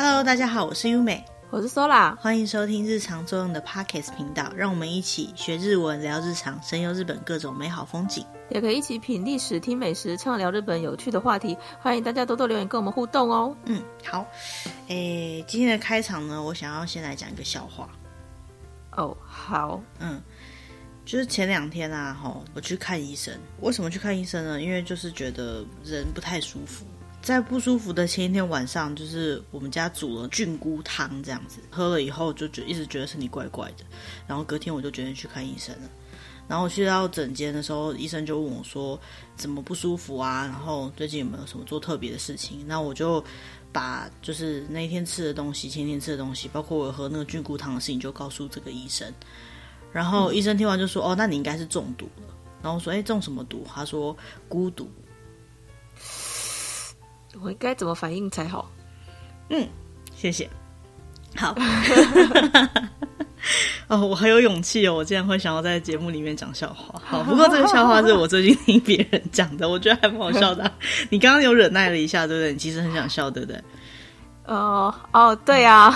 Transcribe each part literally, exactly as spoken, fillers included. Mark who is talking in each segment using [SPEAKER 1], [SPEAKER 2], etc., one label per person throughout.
[SPEAKER 1] Hello， 大家好，我是优美，
[SPEAKER 2] 我是 Sola，
[SPEAKER 1] 欢迎收听日常作用的 Podcast 频道，让我们一起学日文，聊日常，神游日本各种美好风景，
[SPEAKER 2] 也可以一起品历史、听美食，畅聊日本有趣的话题。欢迎大家多多留言跟我们互动哦。
[SPEAKER 1] 嗯，好，诶，今天的开场呢，我想要先来讲一个笑话。
[SPEAKER 2] 哦，好，
[SPEAKER 1] 嗯。就是前两天啊，吼，我去看医生。为什么去看医生呢？因为就是觉得人不太舒服。在不舒服的前一天晚上，就是我们家煮了菌菇汤这样子，喝了以后就觉一直觉得身体怪怪的。然后隔天我就决定去看医生了。然后我去到诊间的时候，医生就问我说怎么不舒服啊？然后最近有没有什么做特别的事情？那我就把就是那一天吃的东西，前一天吃的东西，包括我喝那个菌菇汤的事情，就告诉这个医生。然后医生听完就说：“哦，那你应该是中毒了。”然后我说：“哎，中什么毒？”他说：“孤独。”
[SPEAKER 2] 我应该怎么反应才好？
[SPEAKER 1] 嗯，谢谢。好，哦，我很有勇气哦，我竟然会想要在节目里面讲笑话。好，不过这个笑话是我最近听别人讲的，我觉得还蛮好笑的、啊。你刚刚有忍耐了一下，对不对？你其实很想笑，对不对？
[SPEAKER 2] 哦哦，对啊。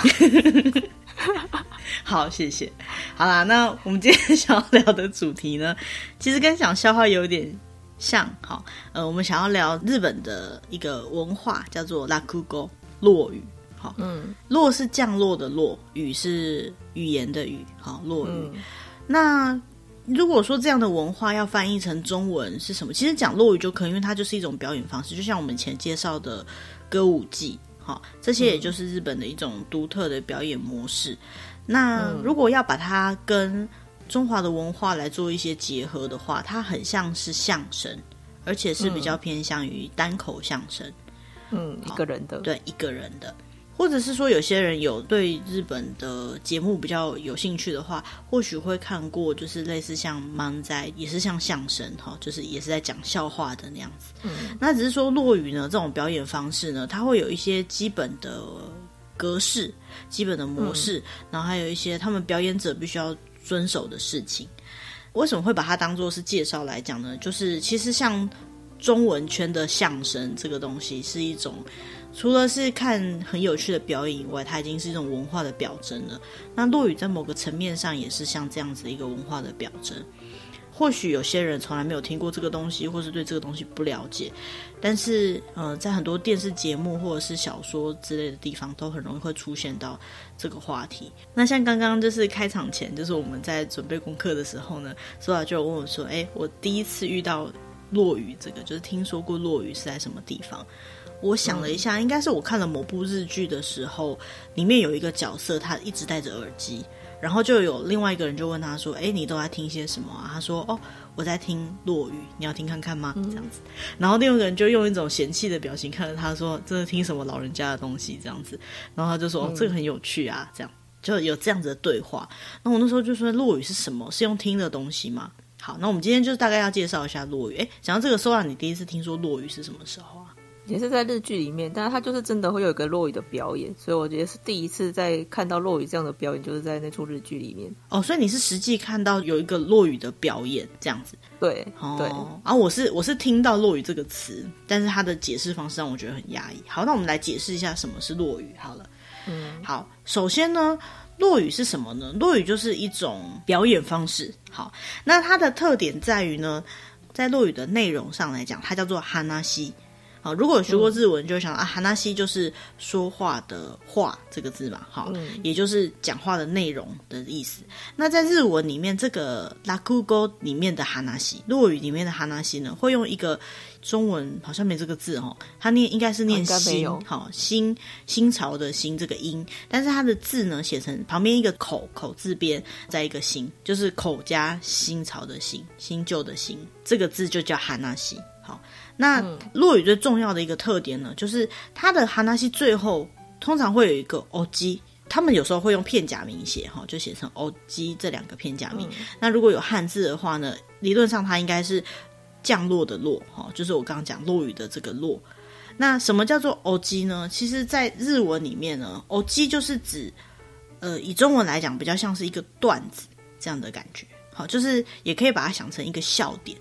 [SPEAKER 1] 好，谢谢。好啦，那我们今天想要聊的主题呢，其实跟讲笑话有点像。好，呃，我们想要聊日本的一个文化，叫做落語，落语。好，嗯，落是降落的落，语是语言的语。好，落语。嗯、那如果说这样的文化要翻译成中文是什么？其实讲落语就可以，因为它就是一种表演方式，就像我们以前介绍的歌舞伎。好，这些也就是日本的一种独特的表演模式。那如果要把它跟中华的文化来做一些结合的话，它很像是相声，而且是比较偏向于单口相声。
[SPEAKER 2] 嗯，一个人的，
[SPEAKER 1] 对，一个人的。或者是说有些人有对日本的节目比较有兴趣的话，或许会看过就是类似像漫才，也是像相声，就是也是在讲笑话的那样子。嗯，那只是说落语呢这种表演方式呢，它会有一些基本的格式、基本的模式、嗯、然后还有一些他们表演者必须要遵守的事情。为什么会把它当作是介绍来讲呢？就是其实像中文圈的相声这个东西是一种除了是看很有趣的表演以外，它已经是一种文化的表征了。那落语在某个层面上也是像这样子一个文化的表征。或许有些人从来没有听过这个东西，或是对这个东西不了解，但是呃，在很多电视节目或者是小说之类的地方都很容易会出现到这个话题。那像刚刚就是开场前，就是我们在准备功课的时候呢，苏拉就有问我说：“哎，我第一次遇到落语这个，就是听说过落语是在什么地方？”我想了一下，应该是我看了某部日剧的时候，里面有一个角色他一直戴着耳机，然后就有另外一个人就问他说：“哎，你都在听些什么啊？”他说：“哦，我在听落语，你要听看看吗？”这样子。然后另外一个人就用一种嫌弃的表情看着他说：“这是听什么老人家的东西？”这样子。然后他就说：“哦，这个很有趣啊。”这样就有这样子的对话。那我那时候就说：“落语是什么？是用听的东西吗？”好，那我们今天就大概要介绍一下落语。哎，讲到这个，Sola，你第一次听说落语是什么时候啊？
[SPEAKER 2] 也是在日剧里面，但是他就是真的会有一个落语的表演，所以我觉得是第一次在看到落语这样的表演，就是在那出日剧里面。
[SPEAKER 1] 哦，所以你是实际看到有一个落语的表演这样子？
[SPEAKER 2] 对，
[SPEAKER 1] 哦、
[SPEAKER 2] 对。
[SPEAKER 1] 啊，我是我是听到落语这个词，但是它的解释方式让我觉得很压抑。好，那我们来解释一下什么是落语好了。嗯，好，首先呢，落语是什么呢？落语就是一种表演方式。好，那它的特点在于呢，在落语的内容上来讲，它叫做哈纳西。好，如果有学过日文，就会想到、嗯、啊，哈纳西就是说话的话这个字嘛，好、嗯，也就是讲话的内容的意思。那在日文里面，这个落語里面的哈纳西，落语里面的哈纳西呢，会用一个中文好像没这个字哦，它念应该是念新，好、哦、新新朝的新这个音，但是它的字呢写成旁边一个口口字边，再一个新，就是口加新朝的新，新旧的新，这个字就叫哈纳西。好，那落语最重要的一个特点呢，就是它的哈纳西最后通常会有一个おじ，他们有时候会用片假名写，就写成おじ这两个片假名、嗯。那如果有汉字的话呢，理论上它应该是降落的落，就是我刚刚讲落语的这个落。那什么叫做おじ呢？其实在日文里面呢，おじ就是指呃，以中文来讲比较像是一个段子这样的感觉。好，就是也可以把它想成一个笑点，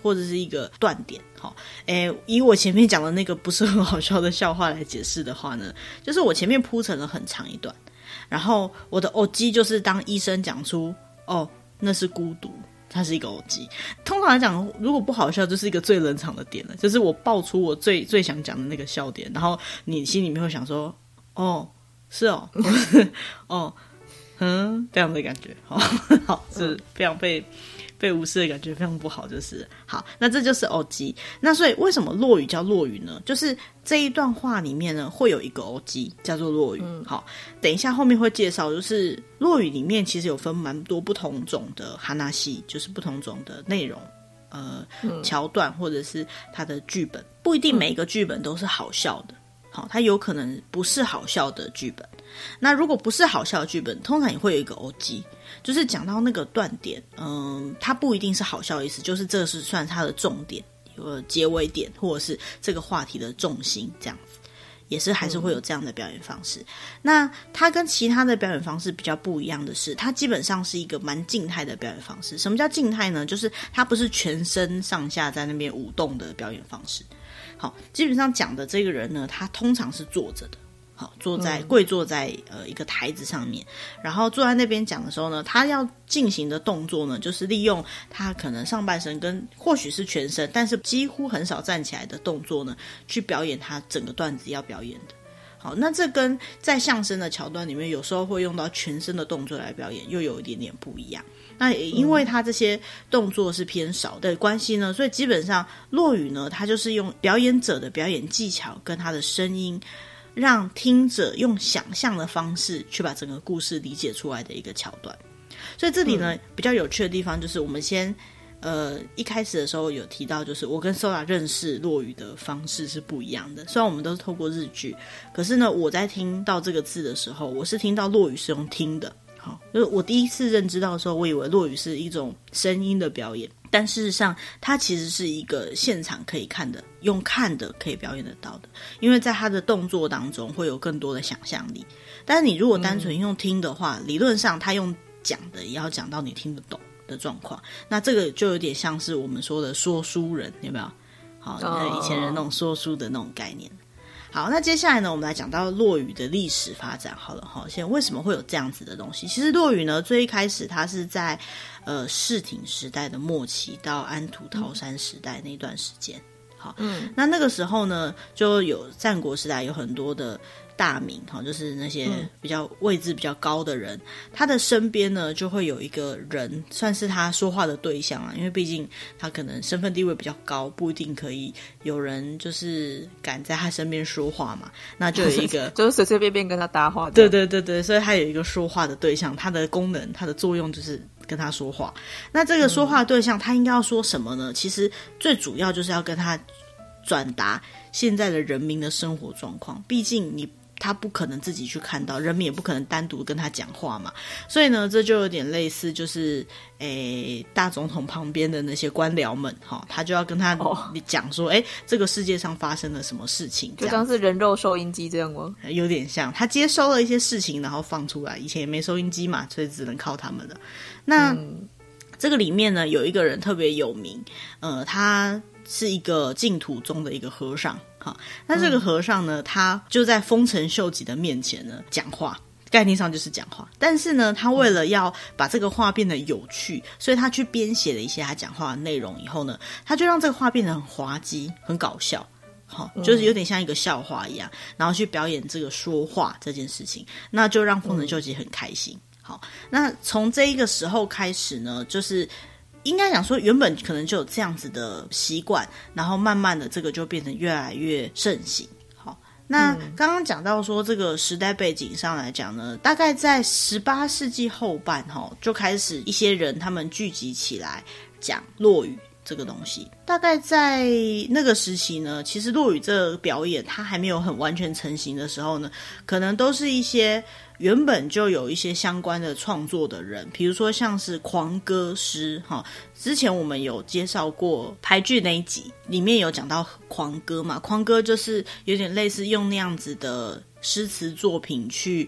[SPEAKER 1] 或者是一个断点。好，诶，以我前面讲的那个不是很好笑的笑话来解释的话呢，就是我前面铺陈了很长一段，然后我的偶机就是当医生讲出哦那是孤独，它是一个偶机。通常来讲，如果不好笑，就是一个最冷场的点了，就是我爆出我最最想讲的那个笑点，然后你心里面会想说，哦，是哦，哦，嗯，这样的感觉，好，好，是非常被被无视的感觉，非常不好，就是好。那这就是偶机。那所以为什么落语叫落语呢？就是这一段话里面呢，会有一个偶机叫做落语。嗯、好，等一下后面会介绍，就是落语里面其实有分蛮多不同种的哈纳西，就是不同种的内容。呃，嗯、桥段或者是它的剧本，不一定每一个剧本都是好笑的。好，它有可能不是好笑的剧本。那如果不是好笑的剧本，通常也会有一个 O G， 就是讲到那个断点，嗯，它不一定是好笑的意思，就是这个是算它的重点，有个结尾点，或者是这个话题的重心，这样子，也是还是会有这样的表演方式。嗯、那它跟其他的表演方式比较不一样的是，它基本上是一个蛮静态的表演方式。什么叫静态呢？就是它不是全身上下在那边舞动的表演方式。好，基本上讲的这个人呢，他通常是坐着的。好，坐在跪坐在呃一个台子上面，然后坐在那边讲的时候呢，他要进行的动作呢，就是利用他可能上半身跟或许是全身，但是几乎很少站起来的动作呢，去表演他整个段子要表演的。好，那这跟在相声的桥段里面有时候会用到全身的动作来表演，又有一点点不一样。那也因为他这些动作是偏少的关系呢，所以基本上落语呢，他就是用表演者的表演技巧跟他的声音，让听者用想象的方式去把整个故事理解出来的一个桥段。所以这里呢、嗯、比较有趣的地方就是我们先呃一开始的时候有提到，就是我跟 Sola 认识落语的方式是不一样的。虽然我们都是透过日剧，可是呢我在听到这个字的时候，我是听到落语是用听的。好，就是我第一次认知到的时候，我以为落语是一种声音的表演，但事实上它其实是一个现场可以看的，用看的可以表演得到的，因为在它的动作当中会有更多的想象力。但是你如果单纯用听的话、嗯、理论上它用讲的也要讲到你听得懂的状况，那这个就有点像是我们说的说书人，有没有？好，以前人那种说书的那种概念。好，那接下来呢，我们来讲到落语的历史发展好了哈。现在为什么会有这样子的东西？其实落语呢，最一开始它是在呃世挺时代的末期到安土桃山时代那段时间。好，嗯，那那个时候呢，就有战国时代有很多的大名，就是那些比较位置比较高的人、嗯、他的身边呢就会有一个人算是他说话的对象啊，因为毕竟他可能身份地位比较高，不一定可以有人就是敢在他身边说话嘛，那就有一个
[SPEAKER 2] 就是随随便便跟他搭话的，
[SPEAKER 1] 对对对对，所以他有一个说话的对象，他的功能他的作用就是跟他说话。那这个说话的对象、嗯、他应该要说什么呢？其实最主要就是要跟他转达现在的人民的生活状况，毕竟你他不可能自己去看到，人民也不可能单独跟他讲话嘛，所以呢这就有点类似就是诶大总统旁边的那些官僚们、哦、他就要跟他讲说诶、哦、这个世界上发生了什么事情，
[SPEAKER 2] 就像是人肉收音机这样吗？
[SPEAKER 1] 有点像，他接收了一些事情然后放出来，以前也没收音机嘛，所以只能靠他们了。那、嗯、这个里面呢有一个人特别有名，呃他是一个净土宗的一个和尚。好，那这个和尚呢、嗯、他就在丰臣秀吉的面前呢讲话，概念上就是讲话，但是呢他为了要把这个话变得有趣，所以他去编写了一些他讲话的内容以后呢，他就让这个话变得很滑稽很搞笑，好，就是有点像一个笑话一样、嗯、然后去表演这个说话这件事情，那就让丰臣秀吉很开心、嗯、好，那从这一个时候开始呢，就是应该讲说原本可能就有这样子的习惯，然后慢慢的这个就变成越来越盛行。好，那刚刚讲到说这个时代背景上来讲呢，大概在十八世纪后半就开始一些人他们聚集起来讲落语这个东西。大概在那个时期呢，其实落语这个表演它还没有很完全成型的时候呢，可能都是一些原本就有一些相关的创作的人，比如说像是狂歌师哈，之前我们有介绍过台剧那一集，里面有讲到狂歌嘛，狂歌就是有点类似用那样子的诗词作品去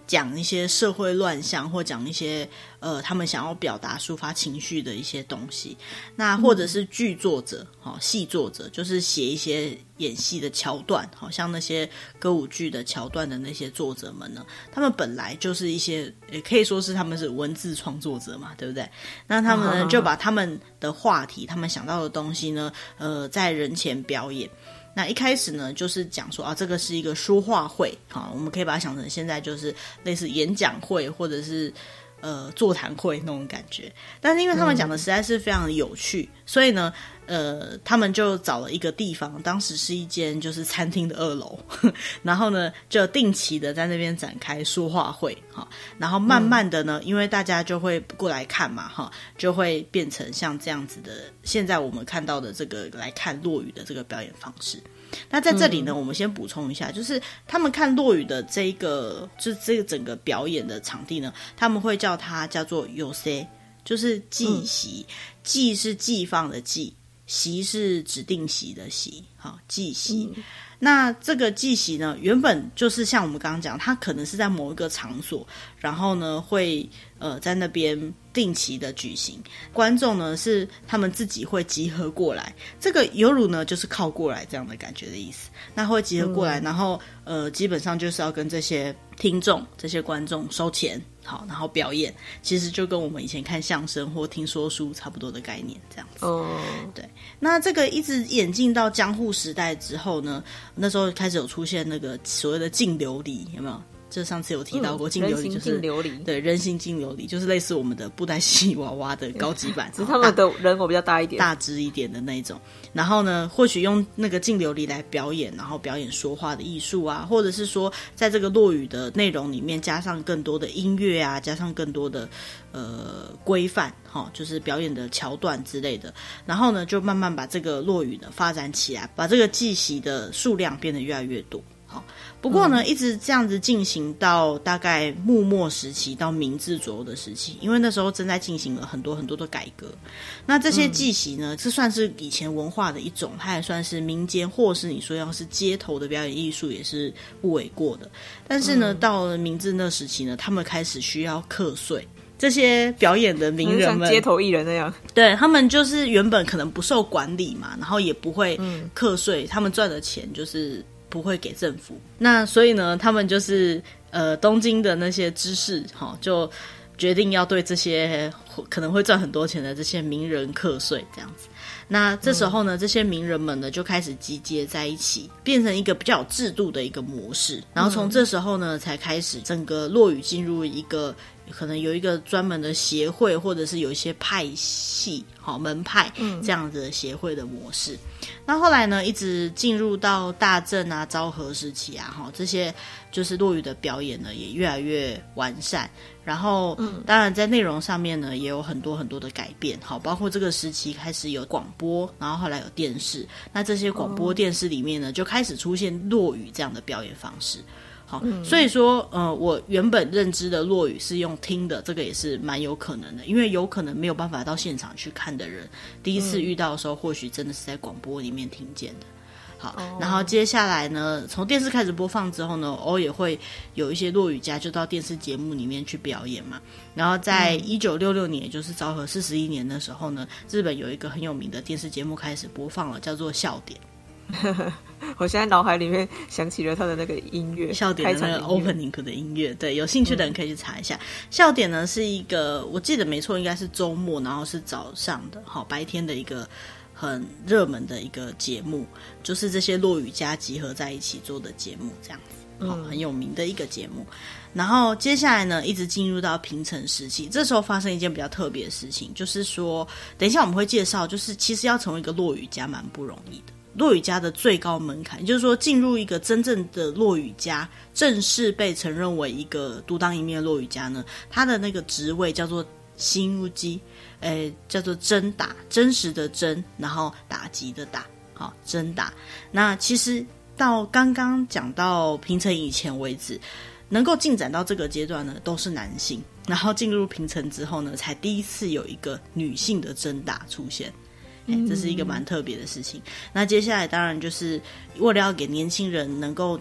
[SPEAKER 1] 讲一些社会乱象，或讲一些呃他们想要表达抒发情绪的一些东西。那或者是剧作者、哦、戏作者，就是写一些演戏的桥段，好像那些歌舞剧的桥段的那些作者们呢，他们本来就是一些也可以说是他们是文字创作者嘛，对不对？那他们呢就把他们的话题，他们想到的东西呢呃在人前表演。那一开始呢就是讲说啊，这个是一个说话会，好，我们可以把它想成现在就是类似演讲会或者是呃座谈会那种感觉。但是因为他们讲的实在是非常的有趣、嗯、所以呢呃他们就找了一个地方，当时是一间就是餐厅的二楼然后呢就定期的在那边展开说话会，然后慢慢的呢、嗯、因为大家就会过来看嘛，就会变成像这样子的现在我们看到的这个来看落语的这个表演方式。那在这里呢、嗯、我们先补充一下，就是他们看落语的这个就是这个整个表演的场地呢，他们会叫它叫做寄席，就是祭席、嗯、祭是寄放的祭，席是指定席的席，好，祭席、嗯。那这个祭席呢，原本就是像我们刚刚讲，它可能是在某一个场所，然后呢会呃在那边定期的举行，观众呢是他们自己会集合过来，这个犹如呢就是靠过来这样的感觉的意思。那会集合过来、嗯、然后呃基本上就是要跟这些听众这些观众收钱，好，然后表演，其实就跟我们以前看相声或听说书差不多的概念这样子。哦，对。那这个一直演进到江户时代之后呢，那时候开始有出现那个所谓的净琉璃，有没有？这上次有提到过，净琉璃就是、
[SPEAKER 2] 嗯、人形净琉璃，
[SPEAKER 1] 对，人形净琉璃就是类似我们的布袋戏娃娃的高级版，
[SPEAKER 2] 只是他们的人偶比较大一点，
[SPEAKER 1] 大只一点的那一种。然后呢，或许用那个净琉璃来表演，然后表演说话的艺术啊，或者是说在这个落语的内容里面加上更多的音乐啊，加上更多的呃规范，哈、哦，就是表演的桥段之类的。然后呢，就慢慢把这个落语呢发展起来，把这个祭席的数量变得越来越多。好，不过呢、嗯、一直这样子进行到大概幕末时期到明治左右的时期，因为那时候正在进行了很多很多的改革。那这些祭席呢、嗯、这算是以前文化的一种，它也算是民间或是你说要是街头的表演艺术也是不为过的。但是呢、嗯、到了明治那时期呢，他们开始需要课税，这些表演的名人们
[SPEAKER 2] 像街头艺人那样，
[SPEAKER 1] 对，他们就是原本可能不受管理嘛，然后也不会课税、嗯、他们赚的钱就是不会给政府，那所以呢他们就是呃东京的那些知识、哦、就决定要对这些可能会赚很多钱的这些名人课税这样子。那这时候呢、嗯、这些名人们呢就开始集结在一起，变成一个比较有制度的一个模式，然后从这时候呢、嗯、才开始整个落语进入一个可能有一个专门的协会，或者是有一些派系、好门派这样子的协会的模式。那后来呢，一直进入到大正啊、昭和时期啊，哈，这些就是落语的表演呢也越来越完善。然后，嗯，当然在内容上面呢也有很多很多的改变，好，包括这个时期开始有广播，然后后来有电视。那这些广播电视里面呢，就开始出现落语这样的表演方式。好，嗯、所以说，呃，我原本认知的落语是用听的，这个也是蛮有可能的，因为有可能没有办法到现场去看的人，第一次遇到的时候，或许真的是在广播里面听见的。好，然后接下来呢，从电视开始播放之后呢，偶尔也会有一些落语家就到电视节目里面去表演嘛。然后在一九六六年，也就是昭和四十一年的时候呢，日本有一个很有名的电视节目开始播放了，叫做《笑点》。
[SPEAKER 2] 我现在脑海里面想起了他的那个音乐，
[SPEAKER 1] 笑点的那个 opening 的音乐，对，有兴趣的人可以去查一下。嗯、笑点呢是一个，我记得没错，应该是周末，然后是早上的，好，白天的一个很热门的一个节目，就是这些落语家集合在一起做的节目，这样子，好，很有名的一个节目。然后接下来呢，一直进入到平成时期，这时候发生一件比较特别的事情，就是说，等一下我们会介绍，就是其实要成为一个落语家蛮不容易的。落语家的最高门槛，也就是说进入一个真正的落语家，正式被承认为一个独当一面的落语家呢，他的那个职位叫做新屋基，诶，叫做真打，真实的真，然后打击的打，好，真打。那其实到刚刚讲到平成以前为止，能够进展到这个阶段呢，都是男性，然后进入平成之后呢，才第一次有一个女性的真打出现。这是一个蛮特别的事情。那接下来当然就是为了要给年轻人能够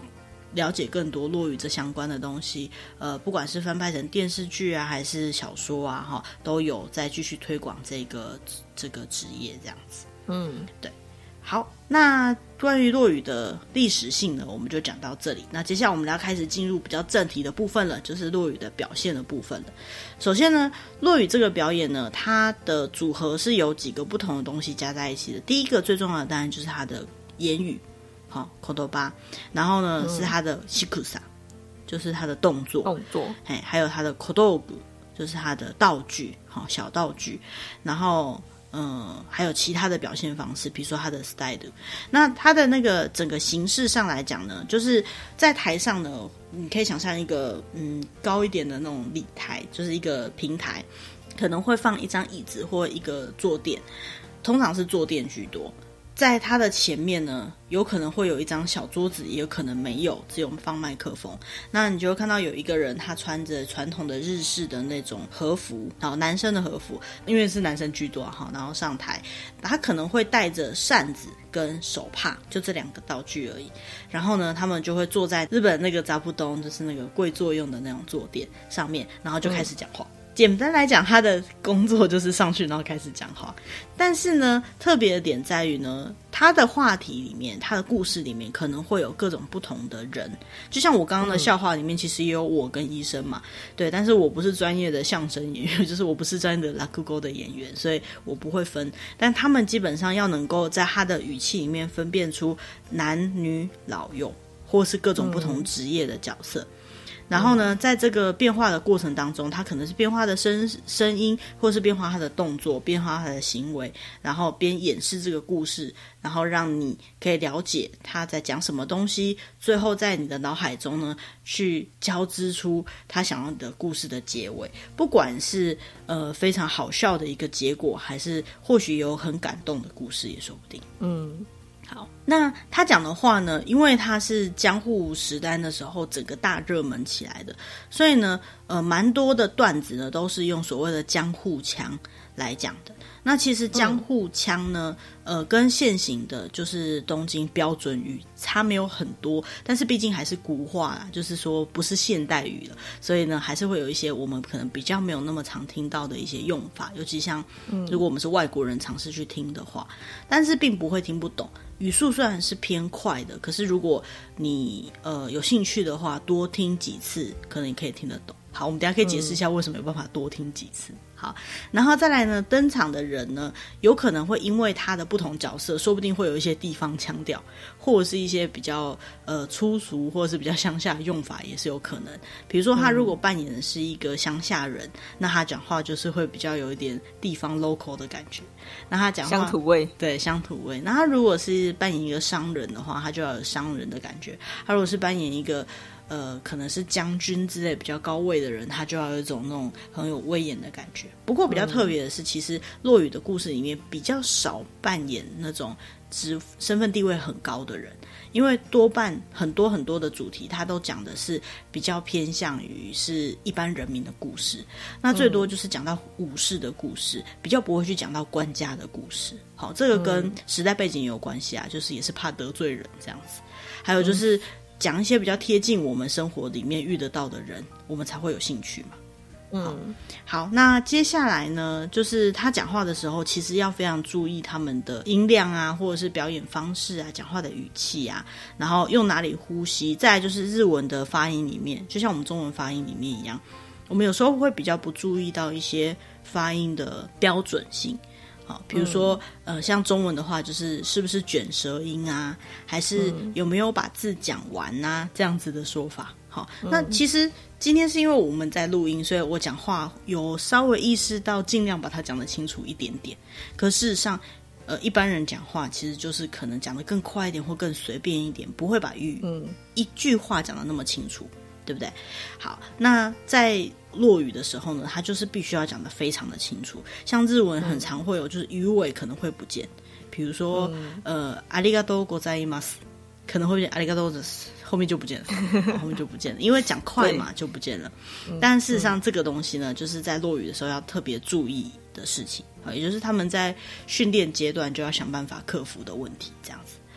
[SPEAKER 1] 了解更多落语这相关的东西，呃，不管是翻拍成电视剧啊，还是小说啊，哈，都有在继续推广这个这个职业这样子。
[SPEAKER 2] 嗯，
[SPEAKER 1] 对。好，那关于落语的历史性呢，我们就讲到这里。那接下来我们要开始进入比较正题的部分了，就是落语的表现的部分了。首先呢，落语这个表演呢，它的组合是有几个不同的东西加在一起的。第一个最重要的当然就是它的言语，好，kotoba，然后呢、嗯、是它的shikusa，就是它的动作，
[SPEAKER 2] 动作，
[SPEAKER 1] 哎，还有它的kodogu，就是它的道具，好，小道具，然后。嗯，还有其他的表现方式，比如说他的 style。那他的那个整个形式上来讲呢，就是在台上呢，你可以想象一个嗯高一点的那种礼台，就是一个平台，可能会放一张椅子或一个坐垫，通常是坐垫居多。在它的前面呢，有可能会有一张小桌子，也有可能没有，只有放麦克风。那你就会看到有一个人，他穿着传统的日式的那种和服，然后男生的和服，因为是男生居多哈，然后上台，他可能会带着扇子跟手帕，就这两个道具而已。然后呢，他们就会坐在日本那个扎布东，就是那个跪坐用的那种坐垫上面，然后就开始讲话。嗯，简单来讲，他的工作就是上去然后开始讲话。但是呢，特别的点在于呢，他的话题里面，他的故事里面可能会有各种不同的人。就像我刚刚的笑话里面，其实也有我跟医生嘛，对，但是我不是专业的相声演员，就是我不是专业的拉库沟的演员，所以我不会分。但他们基本上要能够在他的语气里面分辨出男女老幼，或是各种不同职业的角色。嗯，然后呢，在这个变化的过程当中，他可能是变化的声声音，或是变化他的动作，变化他的行为，然后边演示这个故事，然后让你可以了解他在讲什么东西，最后在你的脑海中呢，去交织出他想要的故事的结尾。不管是呃非常好笑的一个结果，还是或许有很感动的故事，也说不定。嗯。好，那他讲的话呢，因为他是江户时代的时候整个大热门起来的，所以呢，呃，蛮多的段子呢都是用所谓的江户腔来讲的。那其实江户腔呢，嗯、呃，跟现行的就是东京标准语差没有很多，但是毕竟还是古话啦，就是说不是现代语了，所以呢，还是会有一些我们可能比较没有那么常听到的一些用法，尤其像如果我们是外国人尝试去听的话，但是并不会听不懂。语速虽然是偏快的，可是如果你呃有兴趣的话，多听几次，可能你可以听得懂。好，我们等一下可以解释一下为什么有办法多听几次。好，然后再来呢，登场的人呢，有可能会因为他的不同角色，说不定会有一些地方腔调，或者是一些比较呃粗俗，或者是比较乡下的用法，也是有可能。比如说他如果扮演的是一个乡下人，嗯、那他讲话就是会比较有一点地方 local 的感觉。那他讲话
[SPEAKER 2] 乡土味，
[SPEAKER 1] 对，乡土味。那他如果是扮演一个商人的话，他就要有商人的感觉。他如果是扮演一个呃，可能是将军之类比较高位的人，他就要有一种那种很有威严的感觉。不过比较特别的是，嗯、其实落语的故事里面比较少扮演那种职身份地位很高的人，因为多半很多很多的主题，他都讲的是比较偏向于是一般人民的故事。那最多就是讲到武士的故事，比较不会去讲到官家的故事。好，这个跟时代背景也有关系啊，就是也是怕得罪人这样子。还有就是。嗯讲一些比较贴近我们生活里面遇得到的人，我们才会有兴趣嘛。嗯，好，那接下来呢，就是他讲话的时候，其实要非常注意他们的音量啊，或者是表演方式啊，讲话的语气啊，然后用哪里呼吸。再来就是日文的发音里面，就像我们中文发音里面一样，我们有时候会比较不注意到一些发音的标准性。比如说、嗯、呃，像中文的话，就是是不是卷舌音啊，还是有没有把字讲完啊，这样子的说法。好，那其实今天是因为我们在录音，所以我讲话有稍微意识到尽量把它讲得清楚一点点。可事实上，呃，一般人讲话其实就是可能讲得更快一点或更随便一点，不会把语、嗯、一句话讲得那么清楚，对不对？好，那在落语的时候呢，它就是必须要讲得非常的清楚。像日文很常会有就是语尾可能会不见，比如说、嗯、呃ありがとうございます可能会不见ありがとうです，后面就不见了后面就不见了，因为讲快嘛就不见了。但事实上这个东西呢，就是在落语的时候要特别注意的事情，也就是他们在训练阶段就要想办法克服的问题这样子。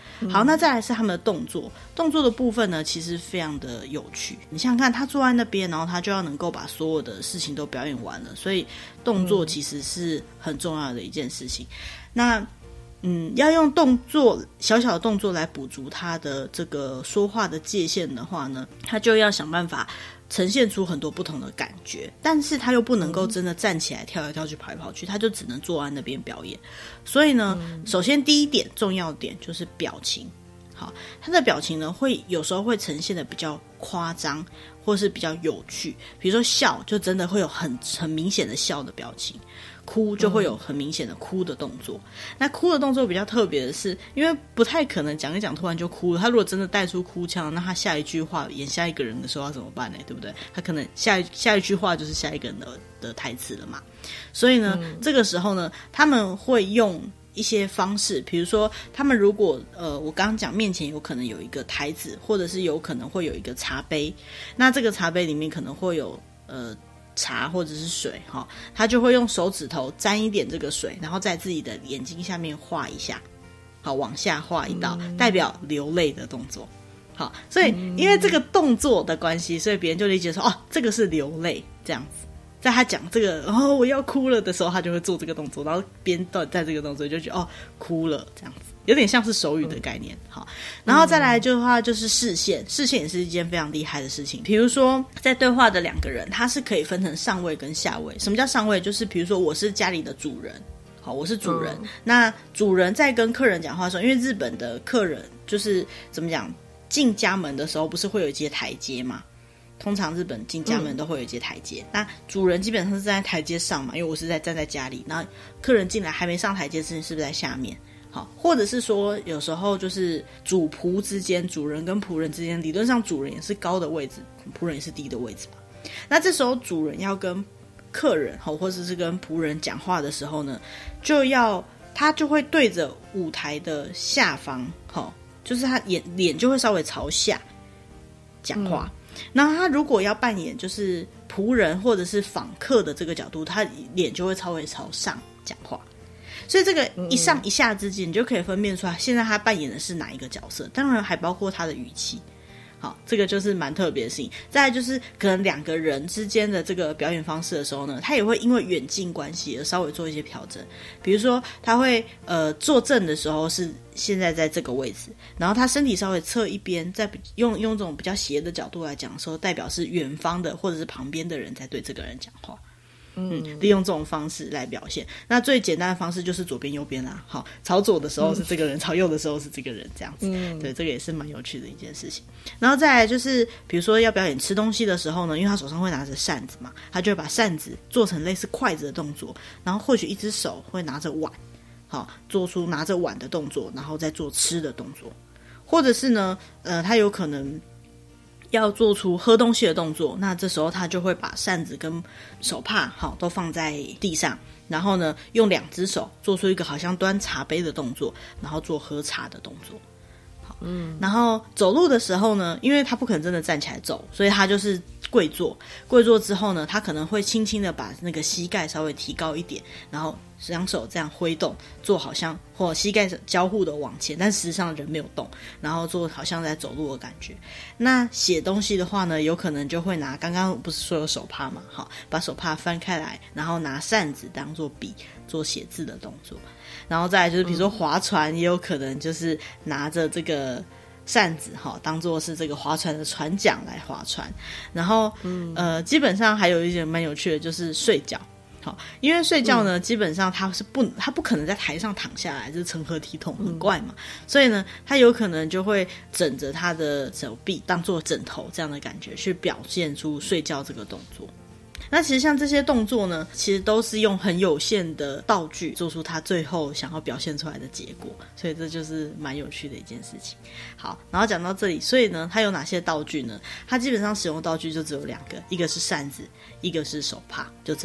[SPEAKER 1] 好，那再来是他们的动作，动作的部分呢，其实非常的有趣。你想想看，他坐在那边，然后他就要能够把所有的事情都表演完了，所以动作其实是很重要的一件事情。那嗯，要用动作小小的动作来补足他的这个说话的界限的话呢，他就要想办法呈现出很多不同的感觉，但是他又不能够真的站起来跳来跳去跑来跑去，他就只能坐在那边表演。所以呢，嗯、首先第一点重要点就是表情。好，他的表情呢会有时候会呈现的比较夸张，或是比较有趣。比如说笑，就真的会有很很明显的笑的表情。哭就会有很明显的哭的动作、嗯、那哭的动作比较特别的是，因为不太可能讲一讲突然就哭了，他如果真的带出哭腔，那他下一句话演下一个人的时候要怎么办呢？对不对？他可能下一下一句话就是下一个人的的台词了嘛。所以呢、嗯、这个时候呢他们会用一些方式，比如说他们如果呃我刚刚讲面前有可能有一个台子，或者是有可能会有一个茶杯，那这个茶杯里面可能会有呃茶或者是水、哦、他就会用手指头沾一点这个水，然后在自己的眼睛下面画一下，好，往下画一道、嗯、代表流泪的动作。好，所以因为这个动作的关系，所以别人就理解说哦，这个是流泪这样子。在他讲这个然后、哦、我要哭了的时候，他就会做这个动作，然后边在这个动作就觉得哦哭了这样子，有点像是手语的概念。好，然后再来的话就是视线，视线也是一件非常厉害的事情。比如说在对话的两个人，他是可以分成上位跟下位。什么叫上位？就是比如说我是家里的主人，好，我是主人、嗯、那主人在跟客人讲话的时候，因为日本的客人就是怎么讲，进家门的时候不是会有一阶台阶嘛，通常日本进家门都会有一阶台阶、嗯、那主人基本上是站在台阶上嘛，因为我是在站在家里，那客人进来还没上台阶之前是不是在下面？好，或者是说有时候就是主仆之间，主人跟仆人之间，理论上主人也是高的位置，仆人也是低的位置嘛。那这时候主人要跟客人或者是跟仆人讲话的时候呢，就要他就会对着舞台的下方，就是他脸脸就会稍微朝下讲话、嗯、然后他如果要扮演就是仆人或者是访客的这个角度，他脸就会稍微朝上讲话。所以这个一上一下之间，你就可以分辨出来现在他扮演的是哪一个角色，当然还包括他的语气。好，这个就是蛮特别的事情。再来就是可能两个人之间的这个表演方式的时候呢，他也会因为远近关系而稍微做一些调整。比如说他会呃坐正的时候是现在在这个位置，然后他身体稍微侧一边，再用用这种比较斜的角度来讲的时候，代表是远方的或者是旁边的人在对这个人讲话。嗯，利用这种方式来表现。那最简单的方式就是左边右边啦。好，朝左的时候是这个人、嗯、朝右的时候是这个人，这样子、嗯、对，这个也是蛮有趣的一件事情。然后再来就是比如说要表演吃东西的时候呢，因为他手上会拿着扇子嘛，他就会把扇子做成类似筷子的动作，然后或许一只手会拿着碗，好，做出拿着碗的动作，然后再做吃的动作。或者是呢呃，他有可能要做出喝东西的动作，那这时候他就会把扇子跟手帕好都放在地上，然后呢用两只手做出一个好像端茶杯的动作，然后做喝茶的动作。好，嗯，然后走路的时候呢，因为他不可能真的站起来走，所以他就是跪坐。跪坐之后呢，他可能会轻轻的把那个膝盖稍微提高一点，然后两手这样挥动，做好像或膝盖交互的往前，但实际上人没有动，然后做好像在走路的感觉。那写东西的话呢，有可能就会拿刚刚不是说有手帕嘛，好，把手帕翻开来，然后拿扇子当做笔做写字的动作。然后再来就是比如说划船，也有可能就是拿着这个扇子哈，当做是这个划船的船桨来划船。然后、嗯、呃，基本上还有一点蛮有趣的，就是睡觉。好，因为睡觉呢、嗯、基本上他是不他不可能在台上躺下来，就是成何体统，很怪嘛、嗯、所以呢他有可能就会枕着他的手臂当做枕头这样的感觉去表现出睡觉这个动作。那其实像这些动作呢，其实都是用很有限的道具做出他最后想要表现出来的结果，所以这就是蛮有趣的一件事情。好，然后讲到这里，所以呢他有哪些道具呢？他基本上使用的道具就只有两个，一个是扇子，一个是手帕，就这两个。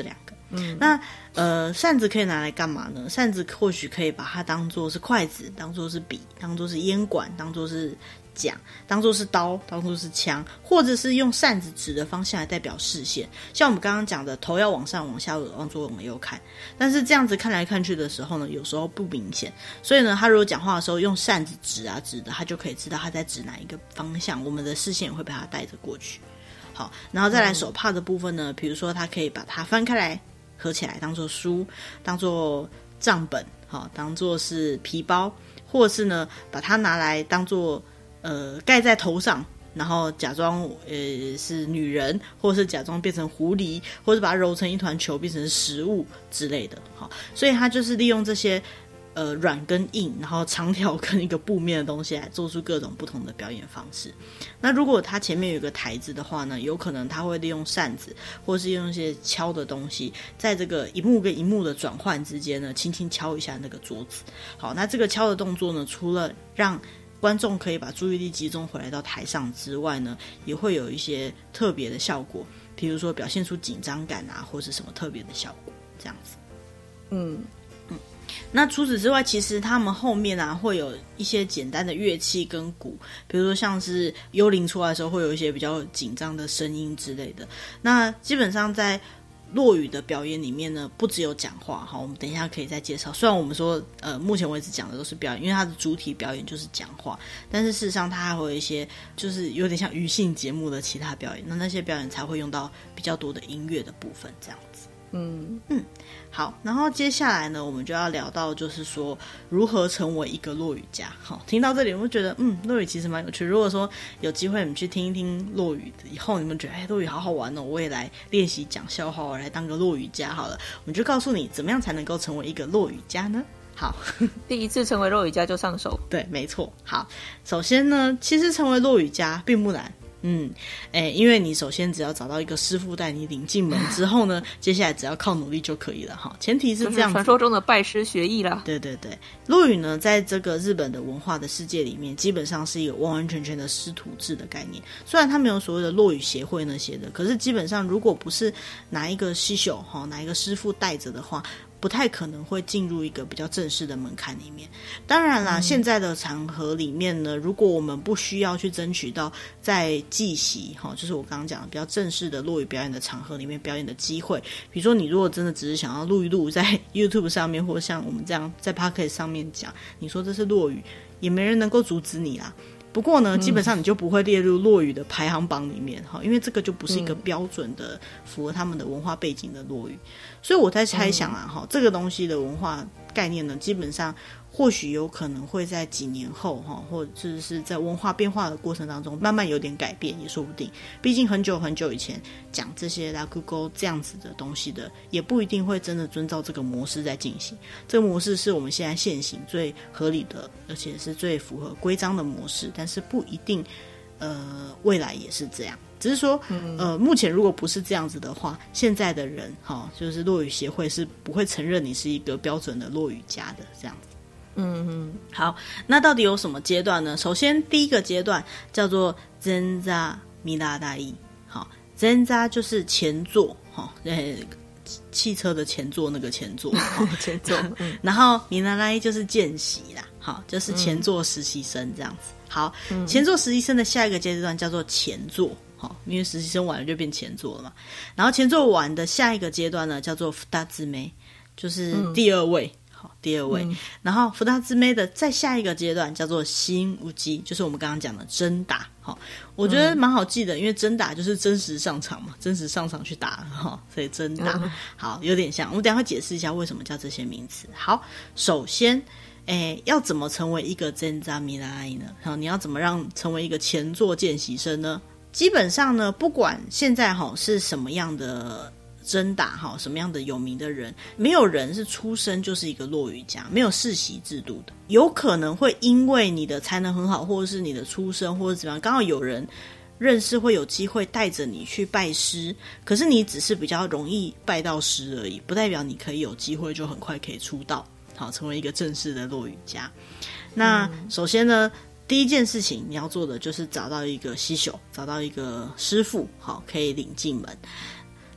[SPEAKER 1] 嗯，那呃，扇子可以拿来干嘛呢？扇子或许可以把它当作是筷子，当作是笔，当作是烟管，当作是桨，当作是刀，当作是枪，或者是用扇子指的方向来代表视线。像我们刚刚讲的，头要往上、往下、往左、往右看，但是这样子看来看去的时候呢，有时候不明显。所以呢，他如果讲话的时候用扇子指啊指的，他就可以知道他在指哪一个方向，我们的视线也会被他带着过去。好，然后再来手帕的部分呢，比如说他可以把它翻开来合起来当做书，当做账本，好，当做是皮包，或者是呢把它拿来当做呃盖在头上，然后假装呃是女人，或者是假装变成狐狸，或者把它揉成一团球变成食物之类的。好，所以他就是利用这些呃软跟硬，然后长条跟一个布面的东西来做出各种不同的表演方式。那如果他前面有一个台子的话呢，有可能他会利用扇子，或是用一些敲的东西，在这个一幕跟一幕的转换之间呢，轻轻敲一下那个桌子。好，那这个敲的动作呢，除了让观众可以把注意力集中回来到台上之外呢，也会有一些特别的效果，比如说表现出紧张感啊，或是什么特别的效果，这样子。嗯嗯，那除此之外，其实他们后面啊会有一些简单的乐器跟鼓，比如说像是幽灵出来的时候会有一些比较紧张的声音之类的。那基本上在落语的表演里面呢，不只有讲话，好，我们等一下可以再介绍。虽然我们说呃目前为止讲的都是表演，因为它的主体表演就是讲话，但是事实上它还会有一些就是有点像娱性节目的其他表演，那那些表演才会用到比较多的音乐的部分，这样子。嗯嗯，好，然后接下来呢，我们就要聊到就是说如何成为一个落语家。好，听到这里我们觉得嗯，落语其实蛮有趣。如果说有机会你们去听一听落语以后，你们觉得哎，落语好好玩哦，我也来练习讲笑话，我来当个落语家好了。我们就告诉你怎么样才能够成为一个落语家呢？好，
[SPEAKER 2] 第一次成为落语家就上手。
[SPEAKER 1] 对，没错。好，首先呢，其实成为落语家并不难。嗯，哎，因为你首先只要找到一个师傅带你领进门之后呢，接下来只要靠努力就可以了哈。前提是这样子，
[SPEAKER 2] 就是传说中的拜师学艺啦。
[SPEAKER 1] 对对对，落语呢，在这个日本的文化的世界里面，基本上是一个完完全全的师徒制的概念。虽然他没有所谓的落语协会那些的，可是基本上如果不是哪一个师兄哈，哪一个师傅带着的话，不太可能会进入一个比较正式的门槛里面。当然啦、嗯、现在的场合里面呢，如果我们不需要去争取到在祭席就是我刚刚讲的比较正式的落语表演的场合里面表演的机会，比如说你如果真的只是想要录一录在 YouTube 上面，或者像我们这样在 Podcast 上面讲，你说这是落语，也没人能够阻止你啦。不过呢，基本上你就不会列入落语的排行榜里面、嗯、因为这个就不是一个标准的符合他们的文化背景的落语。所以我在猜想啊、嗯、这个东西的文化概念呢，基本上或许有可能会在几年后或者是在文化变化的过程当中慢慢有点改变也说不定。毕竟很久很久以前讲这些拉古沟这样子的东西的，也不一定会真的遵照这个模式在进行。这个模式是我们现在现行最合理的，而且是最符合规章的模式，但是不一定呃未来也是这样。只是说呃，目前如果不是这样子的话，现在的人哈，就是落语协会是不会承认你是一个标准的落语家的这样子。嗯嗯，好，那到底有什么阶段呢？首先第一个阶段叫做前座ミラダイ。好，前座就是前座哈，呃，汽车的前座那个前座，
[SPEAKER 2] 前座。嗯、
[SPEAKER 1] 然后ミラダイ就是见习啦，好，就是前座实习生这样子。好，嗯、前座实习生的下一个阶段叫做前座。好，因为实习生完了就变前座了嘛。然后前座完的下一个阶段呢，叫做ふたつめ，就是第二位。嗯好，第二位、嗯、然后福大之妹的再下一个阶段叫做新无机，就是我们刚刚讲的真打。好，我觉得蛮好记的、嗯、因为真打就是真实上场嘛，真实上场去打，所以真打、嗯、好，有点像。我们等一下会解释一下为什么叫这些名词。好，首先诶，要怎么成为一个真扎米拉爱呢？好，你要怎么让成为一个前座见习生呢？基本上呢，不管现在齁是什么样的真打哈，什么样的有名的人，没有人是出生就是一个落语家，没有世袭制度的。有可能会因为你的才能很好，或者是你的出身，或者怎么样，刚好有人认识，会有机会带着你去拜师，可是你只是比较容易拜到师而已，不代表你可以有机会就很快可以出道，好，成为一个正式的落语家。那首先呢，第一件事情你要做的就是找到一个西秀，找到一个师傅，好，可以领进门。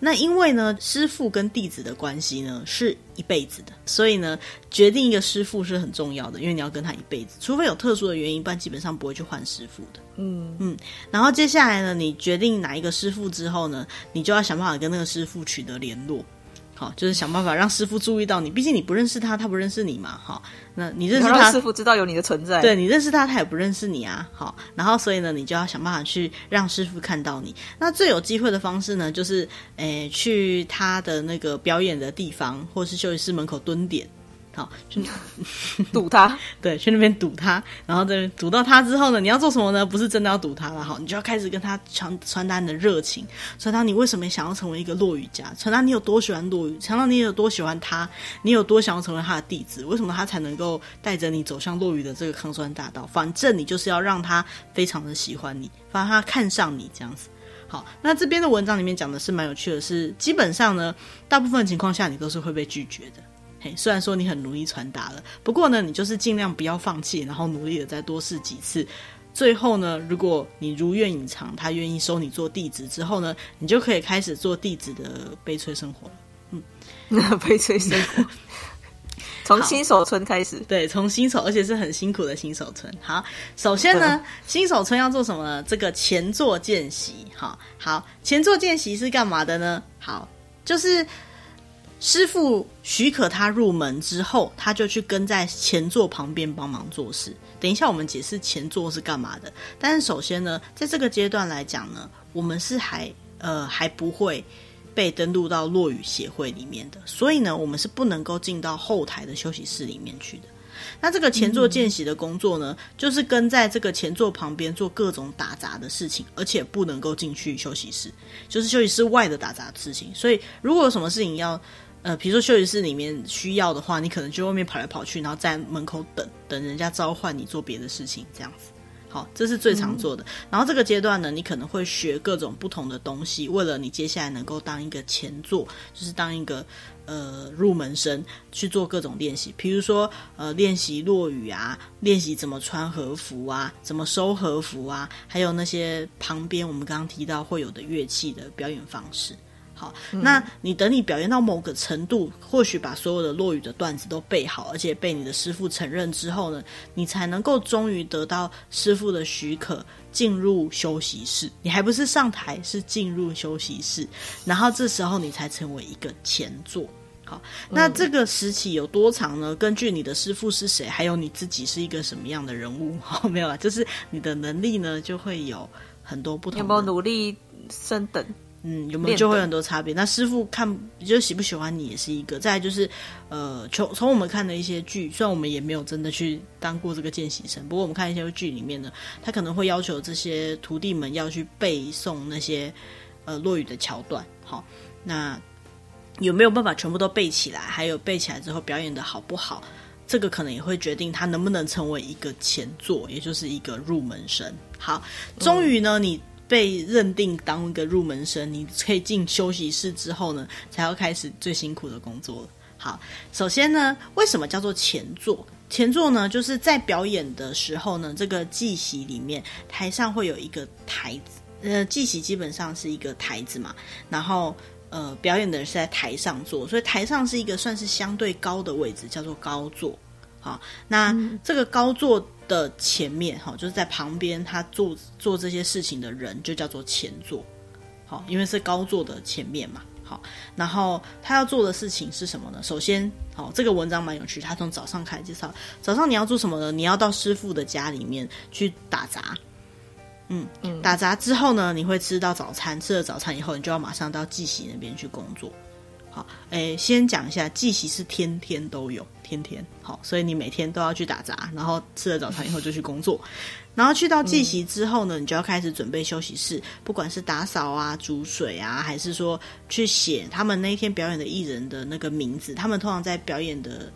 [SPEAKER 1] 那因为呢，师傅跟弟子的关系呢是一辈子的，所以呢，决定一个师傅是很重要的，因为你要跟他一辈子，除非有特殊的原因，不然基本上不会去换师傅的。
[SPEAKER 2] 嗯
[SPEAKER 1] 嗯，然后接下来呢，你决定哪一个师傅之后呢，你就要想办法跟那个师傅取得联络。好，就是想办法让师傅注意到你，毕竟你不认识他，他不认识你嘛。好，那你认识他，
[SPEAKER 2] 让师傅知道有你的存在。
[SPEAKER 1] 对，你认识他，他也不认识你啊。好，然后所以呢，你就要想办法去让师傅看到你。那最有机会的方式呢，就是诶去他的那个表演的地方，或是休息室门口蹲点。好，去
[SPEAKER 2] 堵他，
[SPEAKER 1] 对，去那边堵他，然后再堵到他之后呢，你要做什么呢？不是真的要堵他了，好，你就要开始跟他传传达你的热情，传达你为什么想要成为一个落语家，传达你有多喜欢落语，传达你有多喜欢他，你有多想要成为他的弟子，为什么他才能够带着你走向落语的这个康庄大道？反正你就是要让他非常的喜欢你，让他看上你这样子。好，那这边的文章里面讲的是蛮有趣的是，基本上呢，大部分情况下你都是会被拒绝的。嘿，虽然说你很努力传达了，不过呢，你就是尽量不要放弃，然后努力的再多试几次。最后呢，如果你如愿以偿，他愿意收你做弟子之后呢，你就可以开始做弟子的悲催生活了。
[SPEAKER 2] 嗯，悲催生活，从新手村开始。
[SPEAKER 1] 对，从新手，而且是很辛苦的新手村。好，首先呢，新手村要做什么呢？这个前座见习。好，好，前座见习是干嘛的呢？好，就是师父许可他入门之后，他就去跟在前座旁边帮忙做事。等一下我们解释前座是干嘛的，但是首先呢，在这个阶段来讲呢，我们是还呃还不会被登录到落语协会里面的，所以呢，我们是不能够进到后台的休息室里面去的。那这个前座见习的工作呢，嗯、就是跟在这个前座旁边做各种打杂的事情，而且不能够进去休息室，就是休息室外的打杂的事情。所以如果有什么事情要呃，比如说休息室里面需要的话，你可能就外面跑来跑去，然后在门口等等人家召唤你做别的事情，这样子。好，这是最常做的。嗯、然后这个阶段呢，你可能会学各种不同的东西，为了你接下来能够当一个前座，就是当一个呃入门生，去做各种练习。比如说呃练习落语啊，练习怎么穿和服啊，怎么收和服啊，还有那些旁边我们刚刚提到会有的乐器的表演方式。好，那你等你表演到某个程度，或许把所有的落语的段子都背好，而且被你的师父承认之后呢，你才能够终于得到师父的许可进入休息室。你还不是上台，是进入休息室，然后这时候你才成为一个前座。好，那这个时期有多长呢？根据你的师父是谁，还有你自己是一个什么样的人物，好，没有啦，就是你的能力呢，就会有很多不同的。
[SPEAKER 2] 有没有努力升等？
[SPEAKER 1] 嗯，有没有就会有很多差别。那师傅看就喜不喜欢你也是一个。再来就是，呃，从从我们看的一些剧，虽然我们也没有真的去当过这个见习生，不过我们看一些剧里面呢，他可能会要求这些徒弟们要去背诵那些呃落语的桥段。好，那有没有办法全部都背起来？还有背起来之后表演的好不好？这个可能也会决定他能不能成为一个前座，也就是一个入门生。好，终于呢，你被认定当一个入门生，你可以进休息室之后呢，才要开始最辛苦的工作了。好，首先呢，为什么叫做前座？前座呢，就是在表演的时候呢，这个祭席里面，台上会有一个台子，呃，祭席基本上是一个台子嘛，然后呃，表演的人是在台上坐，所以台上是一个算是相对高的位置，叫做高座。好，那这个高座的前面，好，就是在旁边他做做这些事情的人就叫做前座。好，因为是高座的前面嘛。好，然后他要做的事情是什么呢？首先，好，这个文章蛮有趣，他从早上开始介绍。早上你要做什么呢？你要到师父的家里面去打杂。嗯，打杂之后呢，你会吃到早餐，吃了早餐以后，你就要马上到祭席那边去工作。好，诶，先讲一下，祭席是天天都有，天天好，所以你每天都要去打杂，然后吃了早餐以后就去工作，然后去到祭席之后呢，你就要开始准备休息室，不管是打扫啊、煮水啊，还是说去写他们那一天表演的艺人的那个名字，他们通常在表演的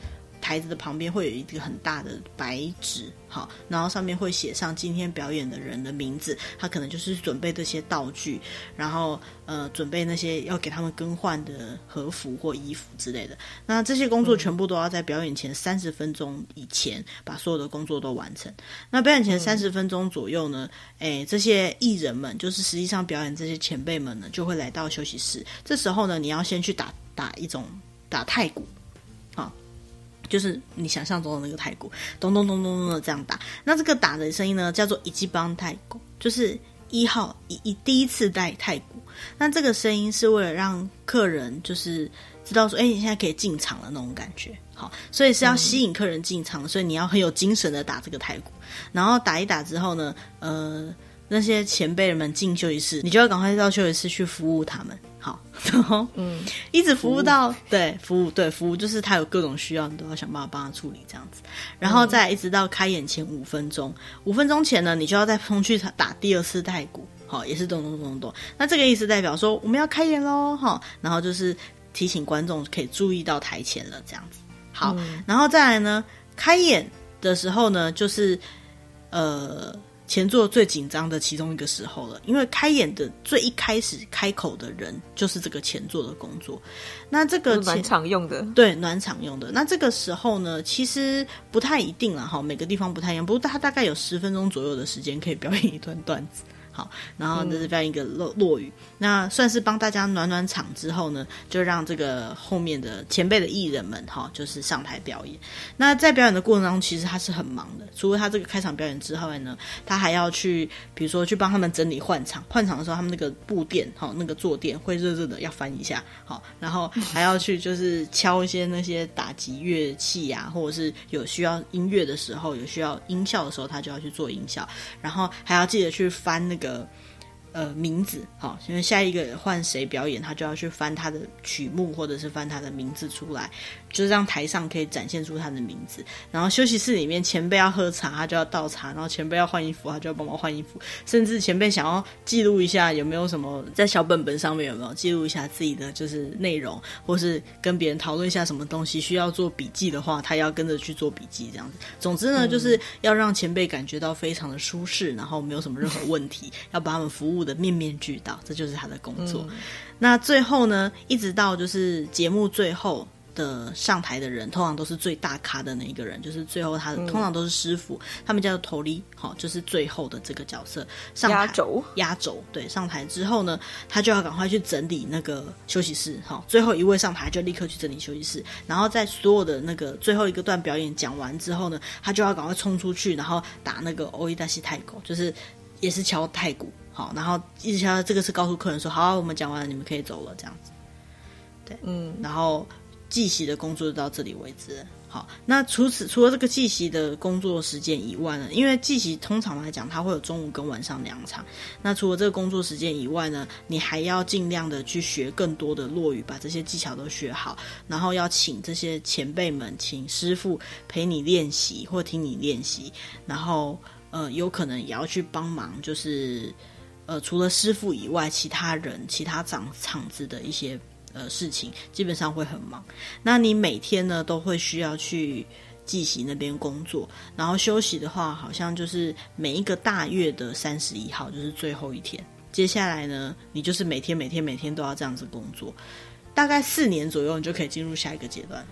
[SPEAKER 1] 台子的旁边会有一个很大的白纸，好，然后上面会写上今天表演的人的名字，他可能就是准备这些道具，然后呃准备那些要给他们更换的和服或衣服之类的。那这些工作全部都要在表演前三十分钟以前把所有的工作都完成。那表演前三十分钟左右呢，诶，这些艺人们就是实际上表演这些前辈们呢，就会来到休息室。这时候呢，你要先去打打一种打太鼓，好，就是你想象中的那个太鼓，咚咚咚咚咚的这样打。那这个打的声音呢，叫做一级棒太鼓，就是一号一一第一次带太鼓。那这个声音是为了让客人就是知道说，哎，你现在可以进场了那种感觉。好，所以是要吸引客人进场，嗯、所以你要很有精神的打这个太鼓。然后打一打之后呢，呃，那些前辈们进休息室，你就要赶快到休息室去服务他们。好，然后嗯，一直服务到服务对服务对服务，就是他有各种需要，你都要想办法帮他处理这样子。然后再一直到开演前五分钟，五分钟前呢，你就要再冲去打第二次太鼓。好，也是咚咚咚咚。那这个意思代表说我们要开演咯，哈，然后就是提醒观众可以注意到台前了这样子。好，嗯、然后再来呢，开演的时候呢，就是呃前作最紧张的其中一个时候了，因为开演的最一开始开口的人就是这个前作的工作。那这个
[SPEAKER 2] 暖场用的，
[SPEAKER 1] 对，暖场用的。那这个时候呢，其实不太一定啦，哈，每个地方不太一样，不过它大概有十分钟左右的时间可以表演一段段子。好，然后这是这样一个落落语、嗯、那算是帮大家暖暖场之后呢，就让这个后面的前辈的艺人们哈，就是上台表演。那在表演的过程当中，其实他是很忙的，除了他这个开场表演之外呢，他还要去比如说去帮他们整理换场，换场的时候他们那个布垫好，那个坐垫会热热的要翻一下，好，然后还要去就是敲一些那些打击乐器啊，或者是有需要音乐的时候，有需要音效的时候，他就要去做音效，然后还要记得去翻那个呃名字，好，因为下一个换谁表演，他就要去翻他的曲目或者是翻他的名字出来，就是让台上可以展现出他的名字。然后休息室里面前辈要喝茶，他就要倒茶，然后前辈要换衣服，他就要帮忙换衣服，甚至前辈想要记录一下有没有什么在小本本上面有没有记录一下自己的就是内容，或是跟别人讨论一下什么东西需要做笔记的话，他要跟着去做笔记这样子。总之呢、嗯、就是要让前辈感觉到非常的舒适，然后没有什么任何问题要把他们服务的面面俱到，这就是他的工作、嗯、那最后呢，一直到就是节目最后的上台的人通常都是最大咖的那一个人，就是最后他、嗯、通常都是师傅，他们叫做头力，好，就是最后的这个角色上台，压轴压轴对，上台之后呢，他就要赶快去整理那个休息室，好，最后一位上台就立刻去整理休息室，然后在所有的那个最后一个段表演讲完之后呢，他就要赶快冲出去，然后打那个欧伊达西太鼓，就是也是敲太鼓，好，然后一直敲，这个是告诉客人说好，我们讲完了，你们可以走了，这样子。对，嗯，然后祭席的工作就到这里为止了。好，那除此除了这个祭席的工作时间以外呢，因为祭席通常来讲它会有中午跟晚上两场，那除了这个工作时间以外呢，你还要尽量的去学更多的落语，把这些技巧都学好，然后要请这些前辈们，请师傅陪你练习或听你练习，然后呃，有可能也要去帮忙，就是呃，除了师傅以外，其他人、其他场场子的一些呃事情，基本上会很忙。那你每天呢都会需要去祭席那边工作，然后休息的话，好像就是每一个大月的三十一号就是最后一天。接下来呢，你就是每天、每天、每天都要这样子工作，大概四年左右，你就可以进入下一个阶段，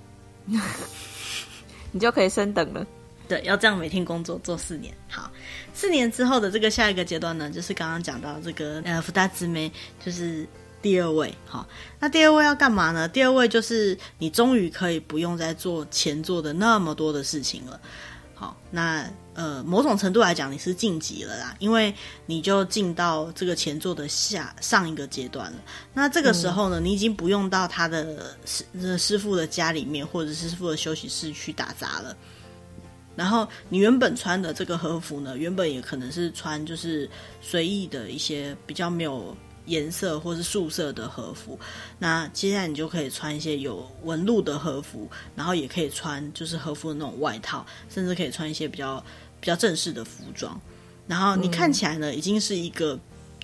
[SPEAKER 2] 你就可以升等了。
[SPEAKER 1] 对，要这样每天工作做四年。好，四年之后的这个下一个阶段呢，就是刚刚讲到这个呃福大姊妹，就是第二位。好，那第二位要干嘛呢？第二位就是你终于可以不用再做前做的那么多的事情了。好，那呃某种程度来讲你是晋级了啦，因为你就进到这个前做的下上一个阶段了。那这个时候呢，嗯、你已经不用到他的师师傅的家里面或者是师傅的休息室去打杂了。然后你原本穿的这个和服呢，原本也可能是穿就是随意的一些比较没有颜色或是素色的和服，那接下来你就可以穿一些有纹路的和服，然后也可以穿就是和服的那种外套，甚至可以穿一些比较比较正式的服装。然后你看起来呢，已经是一个